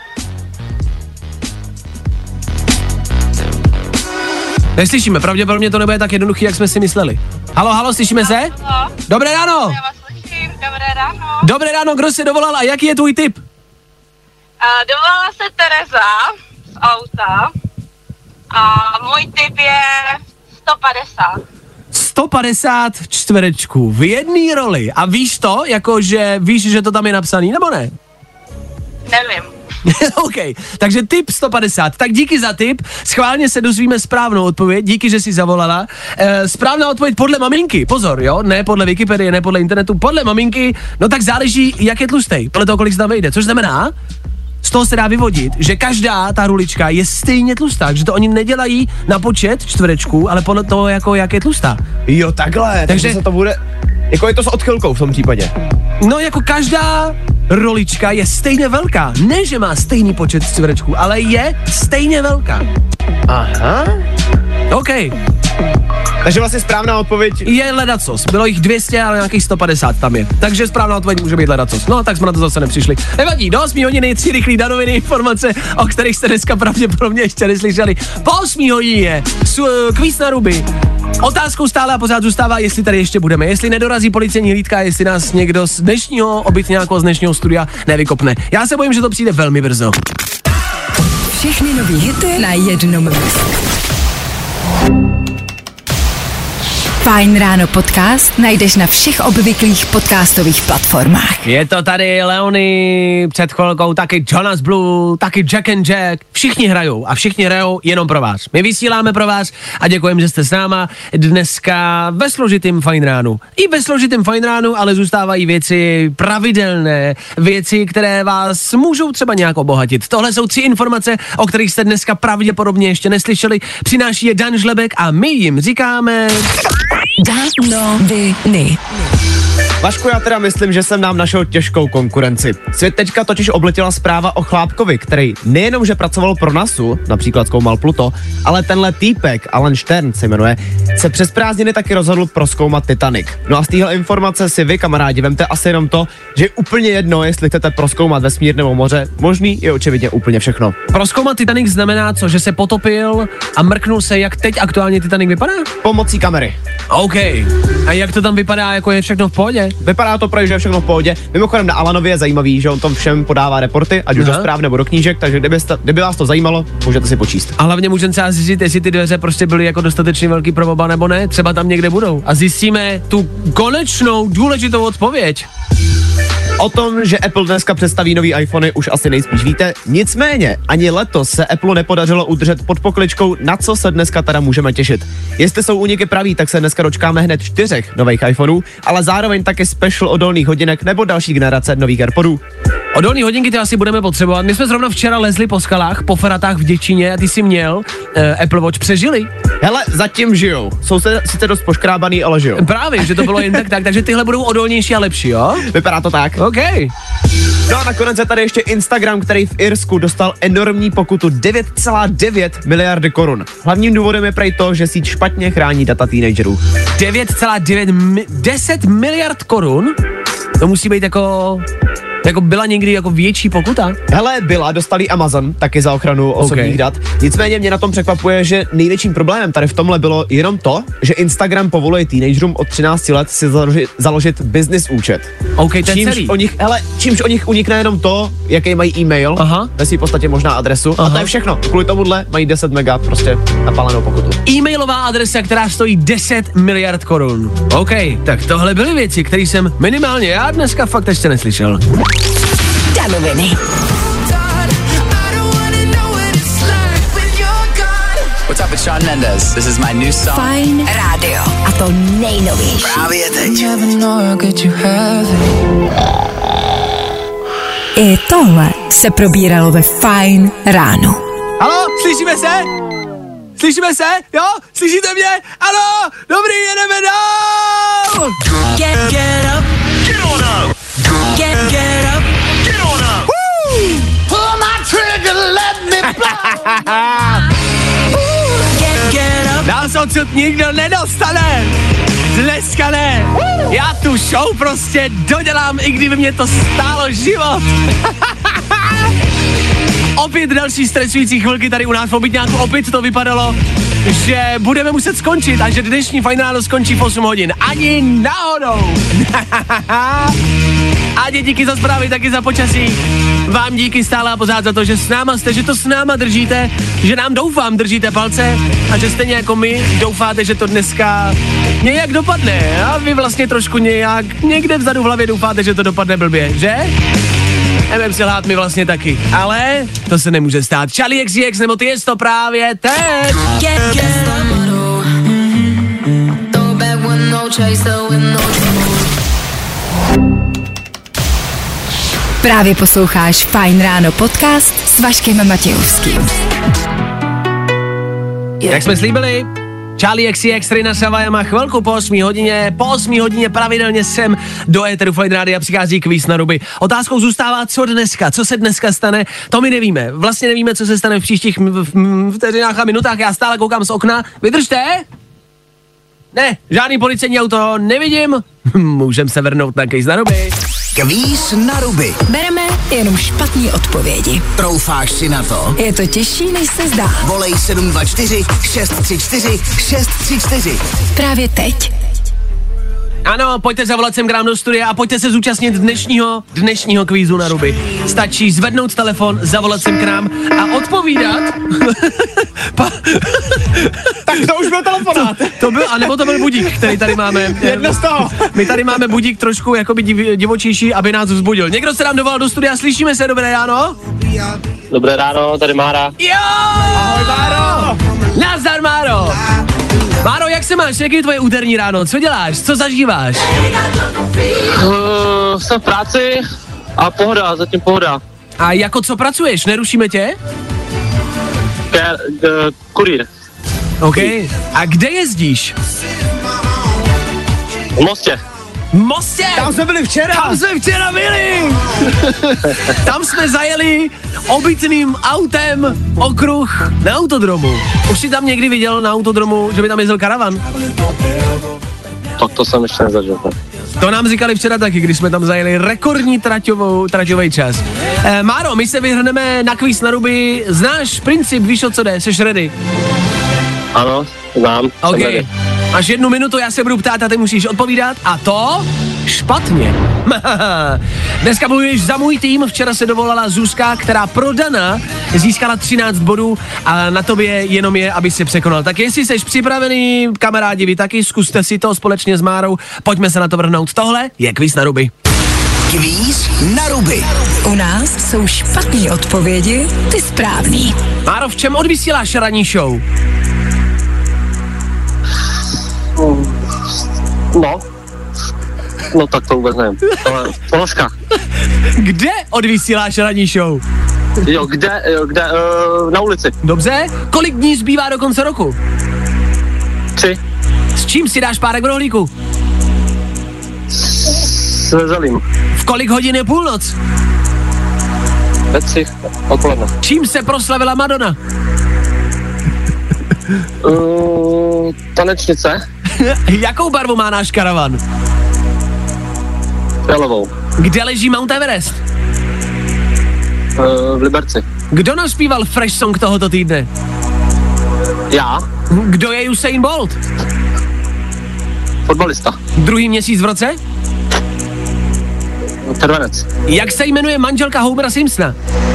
Speaker 2: Neslyšíme, pravděpodobně to nebude tak jednoduchý, jak jsme si mysleli. Halo, slyšíme se?
Speaker 12: Halo.
Speaker 2: Dobré ráno.
Speaker 12: Já vás slyším, dobré ráno.
Speaker 2: Dobré ráno, kdo se dovolal a jaký je tvůj tip?
Speaker 12: Dovolala se Tereza z auta a můj tip je 150.
Speaker 2: 150 čtverečků v jedné roli. A víš to, víš, že to tam je napsaný, nebo ne?
Speaker 12: Nevím.
Speaker 2: OK, takže tip 150. Tak díky za tip, schválně se dozvíme správnou odpověď, díky, že jsi zavolala. Správná odpověď podle maminky, pozor, jo, ne podle Wikipedie, ne podle internetu, podle maminky, no tak záleží, jak je tlustej, podle toho, kolik se tam vejde, což znamená, z toho se dá vyvodit, že každá ta rulička je stejně tlustá, že to oni nedělají na počet čtverečků, ale podle toho, jako jak je tlustá.
Speaker 3: Jo, takhle, takže se to bude, jako je to s odchylkou v tom případě.
Speaker 2: No, jako každá rolička je stejně velká. Ne, že má stejný počet čtverečků, ale je stejně velká.
Speaker 3: Aha.
Speaker 2: OK.
Speaker 3: Takže vlastně správná odpověď
Speaker 2: je ledacos. Bylo jich 200, ale nějakých 150 tam je. Takže správná odpověď může být ledacos. No, tak jsme na to zase nepřišli. Nevadí, do 8 hodiny 3 rychlý danoviny informace, o kterých jste dneska pravděpodobně ještě neslyšeli. Po 8 hodině kvíz na ruby. Otázkou stále a pořád zůstává, jestli tady ještě budeme, jestli nedorazí policejní hlídka, jestli nás někdo z dnešního obytňáku, z dnešního studia nevykopne. Já se bojím, že to přijde velmi brzo.
Speaker 1: Všechny nový hity na jednom místě. Fajn ráno podcast najdeš na všech obvyklých podcastových platformách.
Speaker 2: Je to tady Leony, před chvilkou taky Jonas Blue, taky Jack and Jack. Všichni hrajou jenom pro vás. My vysíláme pro vás a děkujeme, že jste s náma dneska ve složitým Fajn ránu. I ve složitým Fajn ránu, ale zůstávají věci pravidelné, věci, které vás můžou třeba nějak obohatit. Tohle jsou 3 informace, o kterých jste dneska pravděpodobně ještě neslyšeli. Přináší je Dan Žlebek a my jim říkáme...
Speaker 1: Danoviny.
Speaker 3: Vašku, já teda myslím, že jsem nám našel těžkou konkurenci. Svět teďka totiž obletěla zpráva o Chlápkovi, který nejenom, že pracoval pro NASU, například zkoumal Pluto, ale tenhle týpek, Alan Stern se jmenuje, se přes prázdniny taky rozhodl prozkoumat Titanic. No a z téhle informace si vy, kamarádi, vemte asi jenom to, že je úplně jedno, jestli chcete prozkoumat vesmír nebo moře, možný je očividně úplně všechno.
Speaker 2: Prozkoumat Titanic znamená co, že se potopil a mrknul se, jak teď aktuálně Titanic vypadá?
Speaker 3: Pomocí kamery.
Speaker 2: OK. A jak to tam vypadá, jako je všechno v pohodě?
Speaker 3: Vypadá to, že je všechno v pohodě. Mimochodem na Alanovi je zajímavý, že on tom všem podává reporty, ať už do zpráv nebo do knížek, takže kdyby vás to zajímalo, můžete si počíst.
Speaker 2: A hlavně můžeme třeba zjistit, jestli ty dveře prostě byly jako dostatečně velký pro oba nebo ne, třeba tam někde budou. A zjistíme tu konečnou důležitou odpověď.
Speaker 3: O tom, že Apple dneska představí nový iPhony, už asi nejspíš víte. Nicméně, ani letos se Apple nepodařilo udržet pod pokličkou, na co se dneska teda můžeme těšit. Jestli jsou úniky praví, tak se dneska dočkáme hned 4 nových iPhoneů, ale zároveň taky special odolných hodinek nebo další generace nových AirPodů.
Speaker 2: Odolný hodinky ty asi budeme potřebovat. My jsme zrovna včera lezli po skalách, po feratách v Děčíně a ty si měl Apple Watch, přežili?
Speaker 3: Hele, zatím žijou. Jsou sice dost poškrábaný, ale žijou.
Speaker 2: Právě, že to bylo jen tak, takže tyhle budou odolnější a lepší, jo?
Speaker 3: Vypadá to tak.
Speaker 2: OK.
Speaker 3: No a nakonec je tady ještě Instagram, který v Irsku dostal enormní pokutu 9,9 miliardy korun. Hlavním důvodem je prej to, že síť špatně chrání data teenagerů.
Speaker 2: 10 miliard korun? To musí být jako byla někdy jako větší pokuta?
Speaker 3: Hele, dostali Amazon taky za ochranu osobních dat. Nicméně mě na tom překvapuje, že největším problémem tady v tomhle bylo jenom to, že Instagram povoluje teenagerům od 13 let si založit business účet.
Speaker 2: OK, ten celý.
Speaker 3: Čímž o nich unikne jenom to, jaký mají e-mail, ve svý podstatě možná adresu, a to je všechno. Kvůli tomuhle mají 10 mega prostě napálenou pokutu.
Speaker 2: E-mailová adresa, která stojí 10 miliard korun. OK, tak tohle byly věci, které jsem minimálně já dneska fakt ještě neslyšel.
Speaker 1: Danoviny.
Speaker 6: What's up, it's Shawn Mendes. This is my new song.
Speaker 1: Fajn rádio. A to nejnovější.
Speaker 6: Právě teď.
Speaker 1: I tohle se probíralo ve Fajn ráno.
Speaker 2: Haló, slyšíme se? Slyšíme se? Jo? Slyšíte mě? Ano, dobrý, jedeme dál!
Speaker 9: Get up. Get on up. Get up. Get on up. Woo! Pull my trigger, let me blow. Get up.
Speaker 2: Nás odsud nikdo nedostane. Dneska ne. Já tu show prostě dodělám, i kdyby mě to stálo život. Opět další stresující chvilky tady u nás v obytňáku. Opět to vypadalo, že budeme muset skončit a že dnešní Fajn ráno skončí v 8 hodin. Ani náhodou. A díky za zprávy, taky za počasí. Vám díky stále a pořád za to, že s náma jste, že to s náma držíte, že nám doufám držíte palce a že stejně jako my doufáte, že to dneska nějak dopadne. A vy vlastně trošku nějak někde vzadu v hlavě doufáte, že to dopadne blbě, že? Jdeme si lhát my vlastně taky, ale to se nemůže stát. Charlie XCX nebo ty je to právě teď.
Speaker 1: Právě posloucháš Fajn ráno podcast s Vaškem Matějovským.
Speaker 2: Jak jsme slíbili, Charlie XCX, Rina Savajama, chvilku po 8 hodině. Po 8 hodině pravidelně sem do éteru Fajn rádia přichází kvíz na ruby. Otázkou zůstává, co dneska, co se dneska stane, to my nevíme. Vlastně nevíme, co se stane v příštích vteřinách a minutách. Já stále koukám z okna. Vydržte! Ne, žádný policejní auto nevidím. Můžem se vrhnout na kvíz na ruby.
Speaker 6: Kvíz na ruby.
Speaker 1: Bereme jenom špatný odpovědi.
Speaker 6: Troufáš si na to?
Speaker 1: Je to těžší, než se zdá.
Speaker 6: Volej 724 634 634.
Speaker 1: Právě teď.
Speaker 2: Ano, pojďte zavolat sem k nám do studia a pojďte se zúčastnit dnešního kvízu na ruby. Stačí zvednout telefon, zavolat sem k nám a odpovídat.
Speaker 3: Tak to už byl telefonát.
Speaker 2: To byl, anebo to byl budík, který tady máme.
Speaker 3: Jedno z toho.
Speaker 2: My tady máme budík trošku jakoby divočejší, aby nás vzbudil. Někdo se nám dovolal do studia, slyšíme se, dobré ráno?
Speaker 11: Dobré ráno, tady Mára.
Speaker 2: Jo!
Speaker 3: Ahoj, Máro!
Speaker 2: Nazdar, Máro! Máro, jak se máš? Jak je tvoje úterní ráno? Co děláš? Co zažíváš?
Speaker 11: Jsem v práci a pohoda, zatím pohoda.
Speaker 2: A jako co pracuješ? Nerušíme tě?
Speaker 11: Kurýr.
Speaker 2: OK. A kde jezdíš?
Speaker 11: V Mostě.
Speaker 2: Mostě!
Speaker 3: Tam jsme byli včera.
Speaker 2: Tam jsme zajeli obytným autem okruh na autodromu. Už jsi tam někdy viděl na autodromu, že by tam jezdil karavan?
Speaker 11: To jsem ještě nezažil.
Speaker 2: To nám říkali včera taky, když jsme tam zajeli rekordní traťový čas. Máro, my se vyhrneme na kvíz na ruby. Znáš princip, víš, o co jde? Seš ready?
Speaker 11: Ano, znám.
Speaker 2: OK. Máš 1 minutu, já se budu ptát a ty musíš odpovídat. A to špatně. Dneska bojuješ za můj tým. Včera se dovolala Zuzka, která pro Dana získala 13 bodů a na tobě jenom je, aby si překonal. Tak jestli jsi připravený, kamarádi, vy taky, zkuste si to společně s Márou. Pojďme se na to vrhnout. Tohle je kvíz na ruby.
Speaker 6: Kvíz na ruby.
Speaker 1: U nás jsou špatný odpovědi, ty správný.
Speaker 2: Máro, v čem odvysíláš ranní show?
Speaker 11: No tak to vůbec nevím. Položka.
Speaker 2: Kde odvysíláš ranní show?
Speaker 11: Jo, kde, na ulici.
Speaker 2: Dobře, kolik dní zbývá do konce roku?
Speaker 11: 3.
Speaker 2: S čím si dáš párek v rohlíku?
Speaker 11: S zelím.
Speaker 2: V kolik hodin je půlnoc?
Speaker 11: Ve 3 odpoledne.
Speaker 2: Čím se proslavila Madonna?
Speaker 11: Tanečnice.
Speaker 2: Jakou barvu má náš karavan?
Speaker 11: Fialovou.
Speaker 2: Kde leží Mount Everest?
Speaker 11: V Liberci.
Speaker 2: Kdo naspíval Fresh Song tohoto týdne?
Speaker 11: Já.
Speaker 2: Kdo je Usain Bolt?
Speaker 11: Fotbalista.
Speaker 2: Druhý měsíc v roce?
Speaker 11: Červenec.
Speaker 2: Jak se jmenuje manželka Homera Simpsona?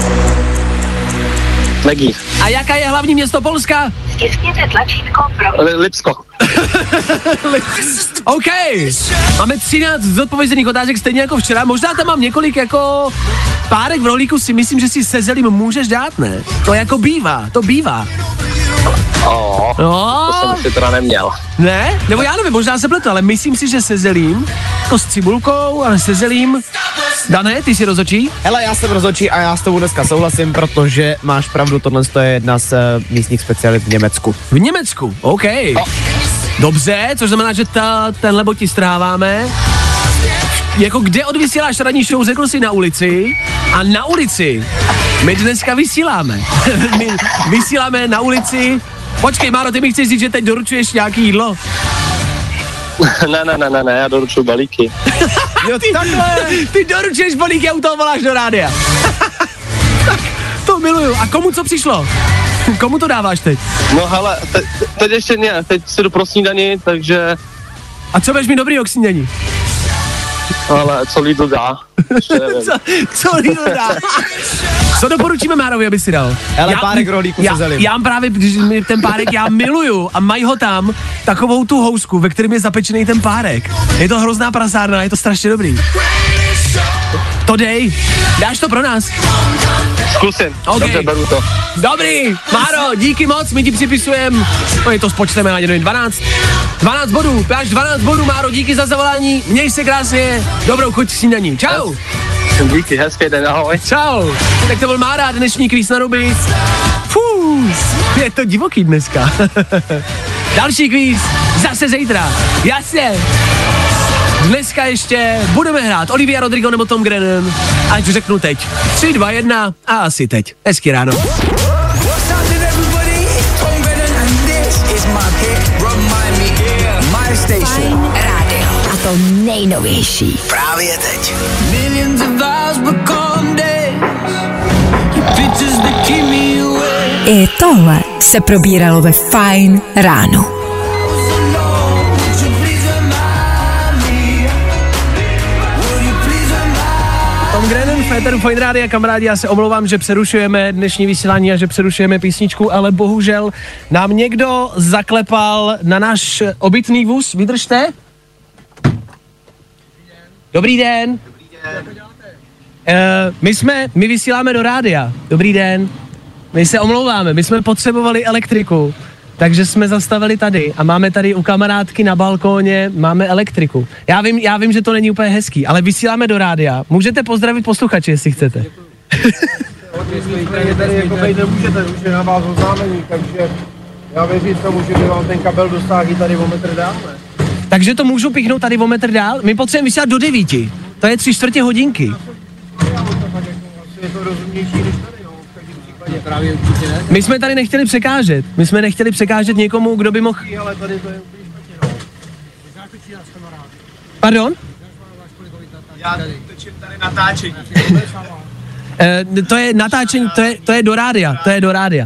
Speaker 11: Maggie.
Speaker 2: A jaká je hlavní město Polska?
Speaker 12: Stiskněte tlačítko pro...
Speaker 11: Lipsko.
Speaker 2: OK. Máme 13 zodpovězených otázek stejně jako včera. Možná tam mám několik jako párek v rohlíku, si myslím, že si se zelím můžeš dát, ne? To jako bývá, to bývá.
Speaker 11: No. To jsem si teda neměl.
Speaker 2: Ne? Nebo já nevím, možná se pletu, ale myslím si, že se zelím, jako s cibulkou, ale se zelím. Dané, ty jsi rozhodčí?
Speaker 3: Hele, já jsem rozhodčí a já s tobou dneska souhlasím, protože máš pravdu, tohle je jedna z místních specialit v Německu.
Speaker 2: V Německu, OK. Dobře, což znamená, že tenhle bod ti stráváme. Jako kde odvysíláš ranní show, řekl jsi na ulici. A na ulici my dneska vysíláme. My vysíláme na ulici. Počkej, Máro, ty mi chceš říct, že teď doručuješ nějaký jídlo?
Speaker 11: Ne, já doručuju balíky.
Speaker 2: Jo, ty doručuješ balíky a u toho voláš do rádia. Tak, to miluju. A komu co přišlo? Komu to dáváš teď?
Speaker 11: No hele, teď ještě ne, teď si jdu pro snídani, takže...
Speaker 2: A co budeš mi dobrýho k snídani?
Speaker 11: Ale co Lidl dá?
Speaker 2: Co Lidl dá? Co doporučíme Márovi, aby si dal?
Speaker 3: Hele, párek rohlíku se zelím.
Speaker 2: Já mám právě, ten párek já miluju a mají ho tam, takovou tu housku, ve kterém je zapečený ten párek. Je to hrozná prasárna, je to strašně dobrý. To dej, dáš to pro nás?
Speaker 11: Zkusím,
Speaker 2: okay.
Speaker 11: Dobře, beru to.
Speaker 2: Dobrý, Máro, díky moc, my ti připisujeme, no to spočteme na 12 bodů, dáš 12 bodů, Máro, díky za zavolání, měj se krásně, dobrou chuť snídaní, čau.
Speaker 11: Díky, hezký den, ahoj.
Speaker 2: Čau, tak to byl Mára, dnešní kvíz na ruby. Je to divoký dneska. Další kvíz, zase zítra, jasně. Dneska ještě budeme hrát Olivia Rodrigo nebo Tom Grennan, ať řeknu teď. 3, 2, 1 a asi teď. Hezky ráno.
Speaker 1: to nejnovější.
Speaker 6: Právě teď.
Speaker 1: I tohle se probíralo ve Fajn ráno.
Speaker 2: Tom Grennan, Féteru Fajn rádia, kamarádi, já se omlouvám, že přerušujeme dnešní vysílání a že přerušujeme písničku, ale bohužel nám někdo zaklepal na náš obytný vůz. Vydržte. Dobrý den. My vysíláme do rádia. Dobrý den. My se omlouváme, my jsme potřebovali elektriku, takže jsme zastavili tady a máme tady u kamarádky na balkóně, máme elektriku. Já vím, že to není úplně hezký, ale vysíláme do rádia. Můžete pozdravit posluchače, jestli chcete.
Speaker 13: Tady jako bejt nemůžete, už je na vás oznámení, takže já věřím tomu, že by vám ten kabel dostal i tady o metr dál, ne?
Speaker 2: Takže to můžu píchnout tady o metr dál? My potřebujeme vysílat do 9. To je 3/4 hodinky.
Speaker 13: Je to rozumnější než tady, no, v každém případě právě určitě ne.
Speaker 2: My jsme tady nechtěli překážet. My jsme nechtěli překážet někomu, kdo by mohl...
Speaker 13: Ale tady to je úplně špatně, no.
Speaker 2: Pardon?
Speaker 3: Já točím tady natáčení.
Speaker 2: To je natáčení, to je do rádia. To je do rádia.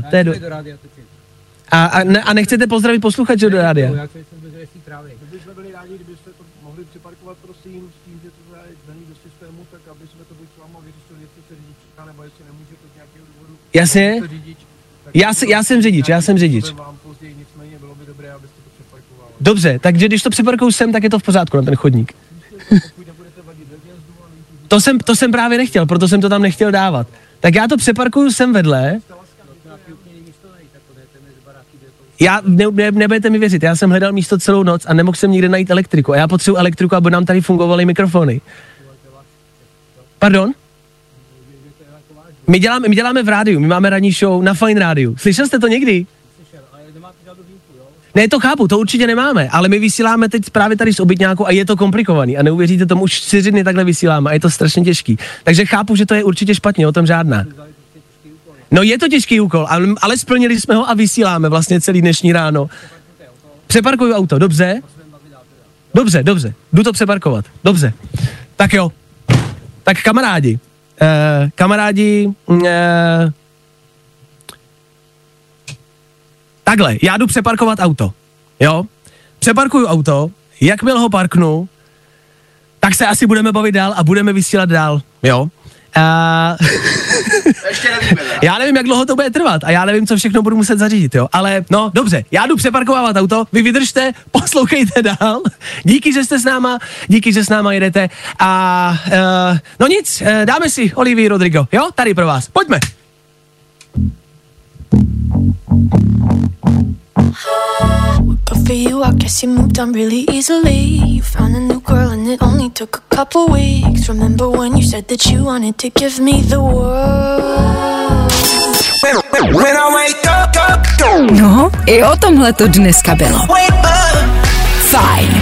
Speaker 2: A nechcete pozdravit posluchače do rádia?
Speaker 13: Kdybychom byli rádi, kdybyste to mohli připarkovat, prosím, s tím, že to je daný do systému, tak aby jsme to buď s váma vyřešili, jestli se řidič čeká, nebo jestli nemůžete z nějakého důvodu.
Speaker 2: Jasně. Já jsem řidič. Dobře, takže když to připarkuju sem, tak je to v pořádku na ten chodník. To jsem právě nechtěl, proto jsem to tam nechtěl dávat. Tak já to přeparkuju sem vedle. Nebudete mi věřit, já jsem hledal místo celou noc a nemohl jsem nikde najít elektriku. A já potřebuji elektriku, aby nám tady fungovaly mikrofony. Pardon? My děláme v rádiu, my máme ranní show na Fajn rádiu. Slyšel jste to někdy? Ne, to chápu, to určitě nemáme, ale my vysíláme teď právě tady z obytňáku a je to komplikovaný a neuvěříte tomu, už 4 dny takhle vysíláme a je to strašně těžký. Takže chápu, že to je určitě špatně, o tom žádná. No je to těžký úkol, ale splnili jsme ho a vysíláme vlastně celý dnešní ráno. Přeparkuju auto, dobře? Dobře, jdu to přeparkovat, dobře. Tak jo, tak kamarádi, takhle, já jdu přeparkovat auto, jo? Přeparkuju auto, jakmile ho parknu, tak se asi budeme bavit dál a budeme vysílat dál, jo?
Speaker 3: Ještě nevíme.
Speaker 2: Já nevím, jak dlouho to bude trvat a já nevím, co všechno budu muset zařídit, jo? Ale no, dobře, já jdu přeparkovávat auto, vy vydržte, poslouchejte dál. Díky, že s náma jedete a no nic, dáme si Olivia Rodrigo, jo? Tady pro vás, pojďme.
Speaker 14: But for you, I guess you moved on really easily. You found a new girl and it only took a couple weeks. Remember when you said that you wanted to give me the world?
Speaker 1: No, i o tomhle to dneska bylo. Fajn.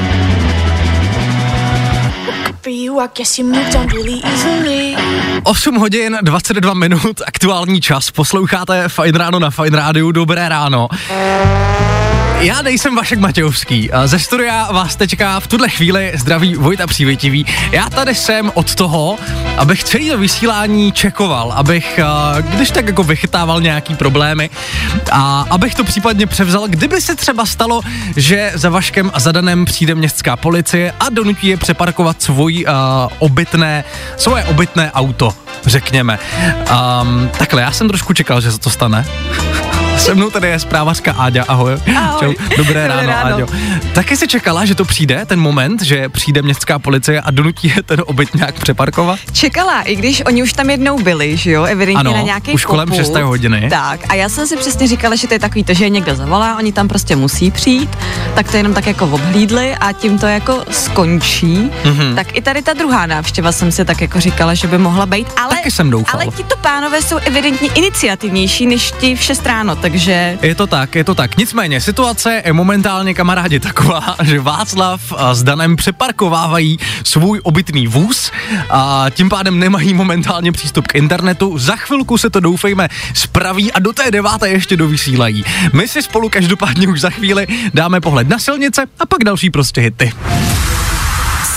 Speaker 8: 8 hodin, 22 minut, aktuální čas, posloucháte Fajn ráno na Fajn rádiu, dobré ráno. Já nejsem Vašek Matějovský, ze studia vás teďka v tuhle chvíli zdraví Vojta Přívětivý. Já tady jsem od toho, abych celý to vysílání čekoval, abych když tak jako vychytával nějaký problémy a abych to případně převzal, kdyby se třeba stalo, že za Vaškem a za Danem přijde městská policie a donutí je přeparkovat svoje obytné auto, řekněme. Takhle, já jsem trošku čekal, že se to stane. Se mnou tady je zprávařka Áďa, ahoj. Čau. Dobré ráno, Áďo. Taky jsi čekala, že to přijde, ten moment, že přijde městská policie a donutí je ten obytňák přeparkovat?
Speaker 15: Čekala, i když oni už tam jednou byli, že jo, evidentně na nějaký
Speaker 8: už kolem 6. hodiny.
Speaker 15: Tak, a já jsem si přesně říkala, že to je takový to, že je někdo zavolá, oni tam prostě musí přijít, tak to jenom tak jako obhlídli a tím to jako skončí. Mm-hmm. Tak i tady ta druhá návštěva jsem si tak jako říkala, že by mohla být, ale
Speaker 8: taky jsem doufal.
Speaker 15: Ale tito pánové jsou evidentně iniciativnější než ti v 6 ráno, takže...
Speaker 8: Je to tak. Nicméně situace je momentálně, kamarádi, taková, že Václav s Danem přeparkovávají svůj obytný vůz a tím pádem nemají momentálně přístup k internetu. Za chvilku se to, doufejme, spraví a do té 9. ještě dovysílají. My si spolu každopádně už za chvíli dáme pohled na silnice a pak další prostě hity.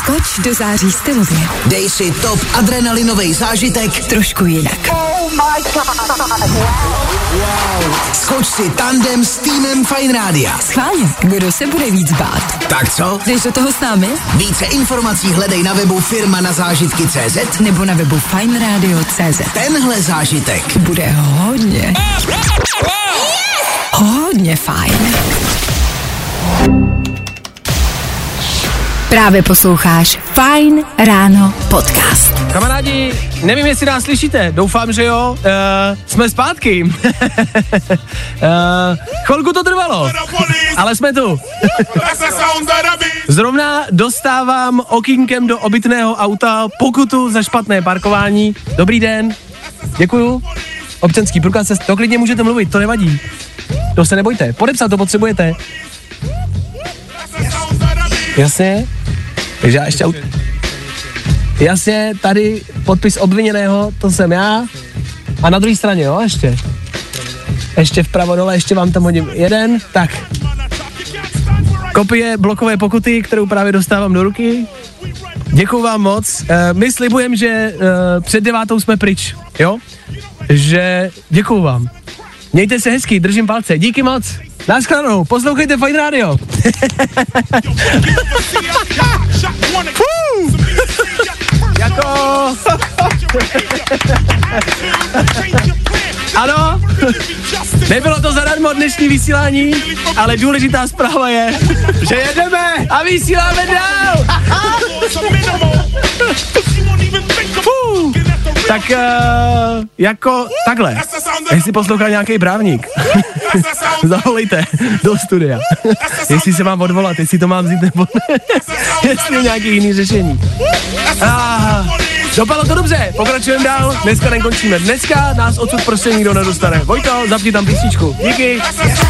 Speaker 1: Skoč do září stylově.
Speaker 6: Dej si top adrenalinový zážitek
Speaker 1: Trošku jinak.
Speaker 12: Oh my God.
Speaker 6: Wow. Skoč si tandem s týmem Fajn Rádia.
Speaker 1: Schválně, kdo se bude víc bát?
Speaker 6: Tak co?
Speaker 1: Jdeš do toho s námi?
Speaker 6: Více informací hledej na webu firmanazážitky.cz
Speaker 1: nebo na webu fajnradio.cz.
Speaker 6: Tenhle zážitek
Speaker 1: bude hodně fajn. Právě posloucháš Fajn ráno podcast.
Speaker 2: Kamarádi, nevím, jestli nás slyšíte, doufám, že jo, jsme zpátky. Chvilku to trvalo, ale jsme tu. Zrovna dostávám okýnkem do obytného auta pokutu za špatné parkování. Dobrý den, děkuju. Občanský průkaz, to klidně můžete mluvit, to nevadí. To se nebojte, podepsat to potřebujete. Jasně, takže já ještě jasně, tady podpis obviněného, to jsem já. A na druhé straně, jo, ještě vpravo dole, ještě vám tam hodím jeden, tak. Kopie blokové pokuty, kterou právě dostávám do ruky. Děkuju vám moc. My slibujeme, že před 9 jsme pryč, jo? Že děkuju vám. Mějte se hezky, držím palce, díky moc. Naschledanou, poslouchejte Fajn rádio. Jako... Ano, nebylo to zadarmo dnešní vysílání, ale důležitá zpráva je, že jedeme a vysíláme dál. Tak jako takhle, jestli poslouchá nějaký právník, zavolejte do studia, jestli se mám odvolat, jestli to mám vzít nebo ne, jestli je nějaký jiný řešení. Dopadlo to dobře, pokračujeme dál, dneska nekončíme. Dneska nás odsud prostě nikdo nedostane. Vojto, zapni tam písničku. Díky.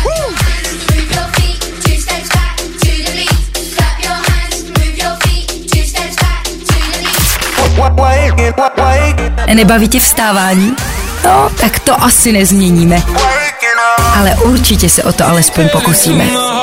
Speaker 1: Nebaví tě vstávání? No, tak to asi nezměníme. Ale určitě se o to alespoň pokusíme.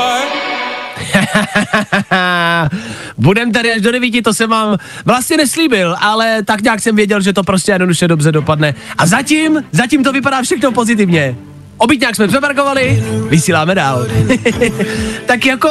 Speaker 2: Budem tady až do 9, to jsem vám vlastně neslíbil, ale tak nějak jsem věděl, že to prostě jednoduše dobře dopadne. A zatím to vypadá všechno pozitivně. Obytňák jsme přeparkovali, vysíláme dál. Tak jako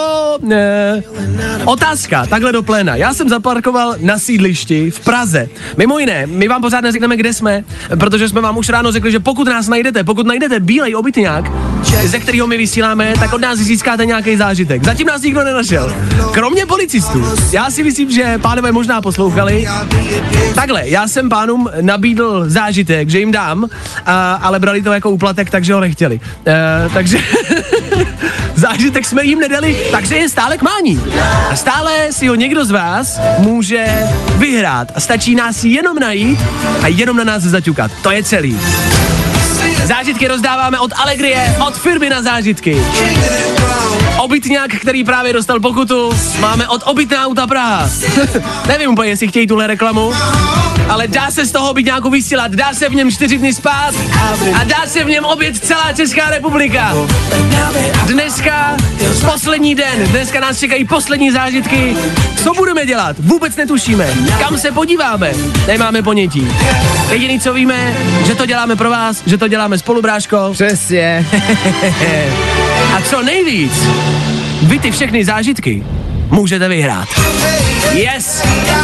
Speaker 2: otázka, takhle do pléna. Já jsem zaparkoval na sídlišti v Praze. Mimo jiné, my vám pořád neřekneme, kde jsme, protože jsme vám už ráno řekli, že pokud najdete bílej obytňák, ze kterého my vysíláme, tak od nás získáte nějaký zážitek. Zatím nás nikdo nenašel. Kromě policistů. Já si myslím, že pánové možná poslouchali. Takhle, já jsem pánům nabídl zážitek, že jim dám, ale brali to jako úplatek, takže ho nechtěli. Takže zážitek jsme jim nedali, takže je stále k mání. A stále si ho někdo z vás může vyhrát. A stačí nás jenom najít a jenom na nás zaťukat. To je celý. Zážitky rozdáváme od Allegrie, od firmy na zážitky. Obytňák, který právě dostal pokutu, máme od Obytná auta Praha. Nevím úplně, jestli chtějí tuhle reklamu, ale dá se z toho obytňáku vysílat, dá se v něm 4 dny spát a dá se v něm objet celá Česká republika. Dneska poslední den, dneska nás čekají poslední zážitky. Co budeme dělat? Vůbec netušíme. Kam se podíváme? Nemáme ponětí. Jediný, co víme, že to děláme pro vás, že to děláme spolu, bráško.
Speaker 3: Přesně.
Speaker 2: A co nejvíc, vy ty všechny zážitky můžete vyhrát. Yes!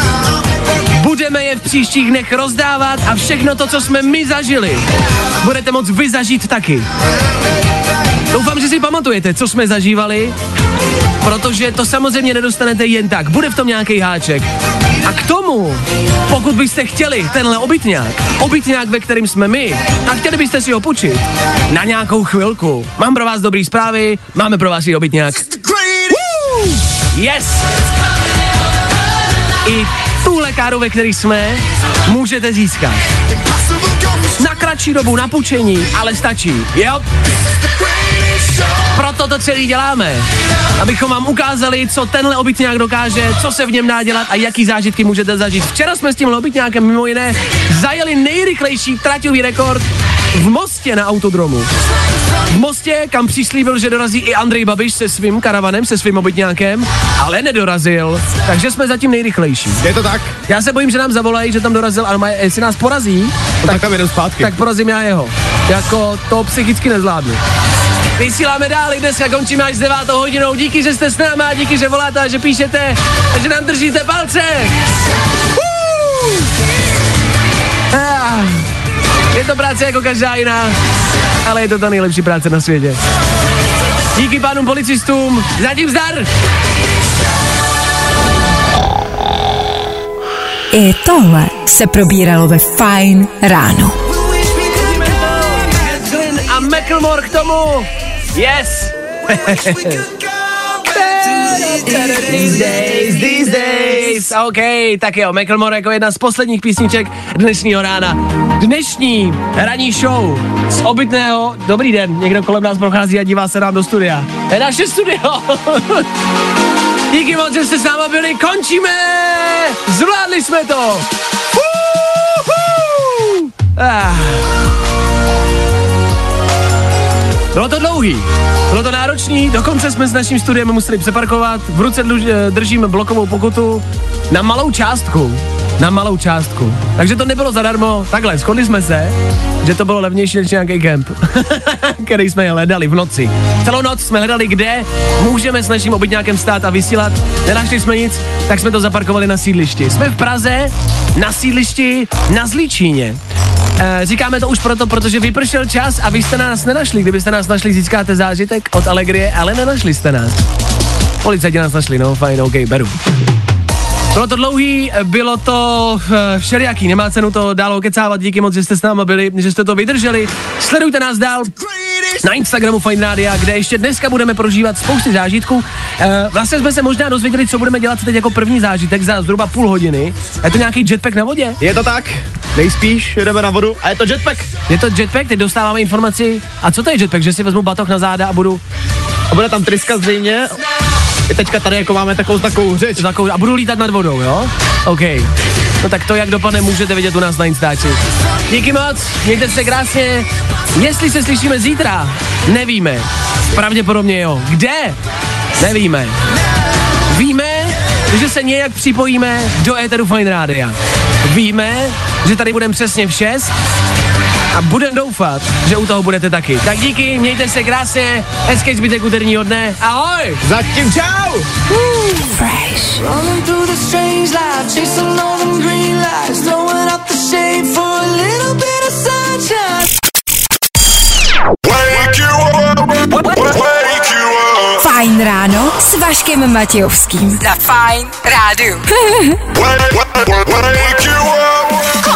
Speaker 2: Budeme je v příštích dnech rozdávat a všechno to, co jsme my zažili, budete moct vy zažít taky. Doufám, že si pamatujete, co jsme zažívali, protože to samozřejmě nedostanete jen tak. Bude v tom nějaký háček. A k tomu, pokud byste chtěli tenhle obytňák, ve kterým jsme my, a chtěli byste si ho půjčit na nějakou chvilku, mám pro vás dobrý zprávy, máme pro vás i obytňák. Yes! I tuhle káru, ve který jsme, můžete získat. Na kratší dobu, na půjčení, ale stačí, jo? Proto to celý děláme, abychom vám ukázali, co tenhle obytňák dokáže, co se v něm dá dělat a jaký zážitky můžete zažít. Včera jsme s tímhle obytňákem mimo jiné zajeli nejrychlejší traťový rekord v Mostě na autodromu. v Mostě, kam přislíbil, že dorazí i Andrej Babiš se svým karavanem, se svým obytňákem, ale nedorazil, takže jsme zatím nejrychlejší.
Speaker 3: Je to tak?
Speaker 2: Já se bojím, že nám zavolají, že tam dorazil, ale jestli nás porazí,
Speaker 3: tak tam jedu zpátky.
Speaker 2: Tak porazím já jeho. Jako to psychicky nezvládnu. Vysíláme dál, dneska končíme až s 9 hodinou. Díky, že jste s náma, díky, že voláte a že píšete a že nám držíte palce. Je to práce jako každá jiná, ale je to ta nejlepší práce na světě. Díky pánům policistům, zatím zdar!
Speaker 1: I tohle se probíralo ve Fajn ráno.
Speaker 2: A Macklemore k tomu. Yes. These days. OK, tak jo, Macklemore jako jedna z posledních písniček dnešního rána. Dnešní ranní show z obytného. Dobrý den, někdo kolem nás prochází a dívá se nám do studia. Je naše studio. Díky moc, že jste s náma byli, končíme! Zvládli jsme to! Bylo to dlouhý, bylo to náročný, dokonce jsme s naším studiem museli přeparkovat, v ruce držíme blokovou pokutu na malou částku. Takže to nebylo zadarmo, takhle, shodli jsme se, že to bylo levnější než nějaký kemp, který jsme hledali v noci. Celou noc jsme hledali, kde můžeme s naším obytňákem stát a vysílat, nenašli jsme nic, tak jsme to zaparkovali na sídlišti. Jsme v Praze, na sídlišti, na Zlíčíně. Říkáme to už proto, protože vypršel čas a vy jste nás nenašli. Kdybyste nás našli, získáte zážitek od Allegrie, ale nenašli jste nás. Policajti nás našli, no fajn, OK, beru. Bylo to dlouhý, bylo to všelijaký, nemá cenu to dál okecávat, díky moc, že jste s náma byli, že jste to vydrželi. Sledujte nás dál na Instagramu Fajn Rádia, kde ještě dneska budeme prožívat spousty zážitků. Vlastně jsme se možná dozvěděli, co budeme dělat teď jako první zážitek za zhruba půl hodiny. Je to nějaký jetpack na vodě?
Speaker 3: Je to tak, nejspíš jdeme na vodu a je to jetpack.
Speaker 2: Je to jetpack, teď dostáváme informaci. A co to je jetpack, že si vezmu batoh na záda a budu...
Speaker 3: A bude tam tryska zřejmě. I teďka tady jako máme takovou řeč.
Speaker 2: A budu lítat nad vodou, jo? OK. No tak to, jak dopadne, můžete vidět u nás na Instači. Díky moc, mějte se krásně. Jestli se slyšíme zítra, nevíme. Pravděpodobně jo. Kde? Nevíme. Víme, že se nějak připojíme do éteru Fajn Rádia. Víme, že tady budeme přesně v 6 a budeme doufat, že u toho budete taky. Tak díky, mějte se krásně, hezký zbytek úterního dne. Ahoj!
Speaker 3: Zatím čau!
Speaker 1: Fresh. Fajn ráno s Vaškem Matějovským. Na Fajn rádiu.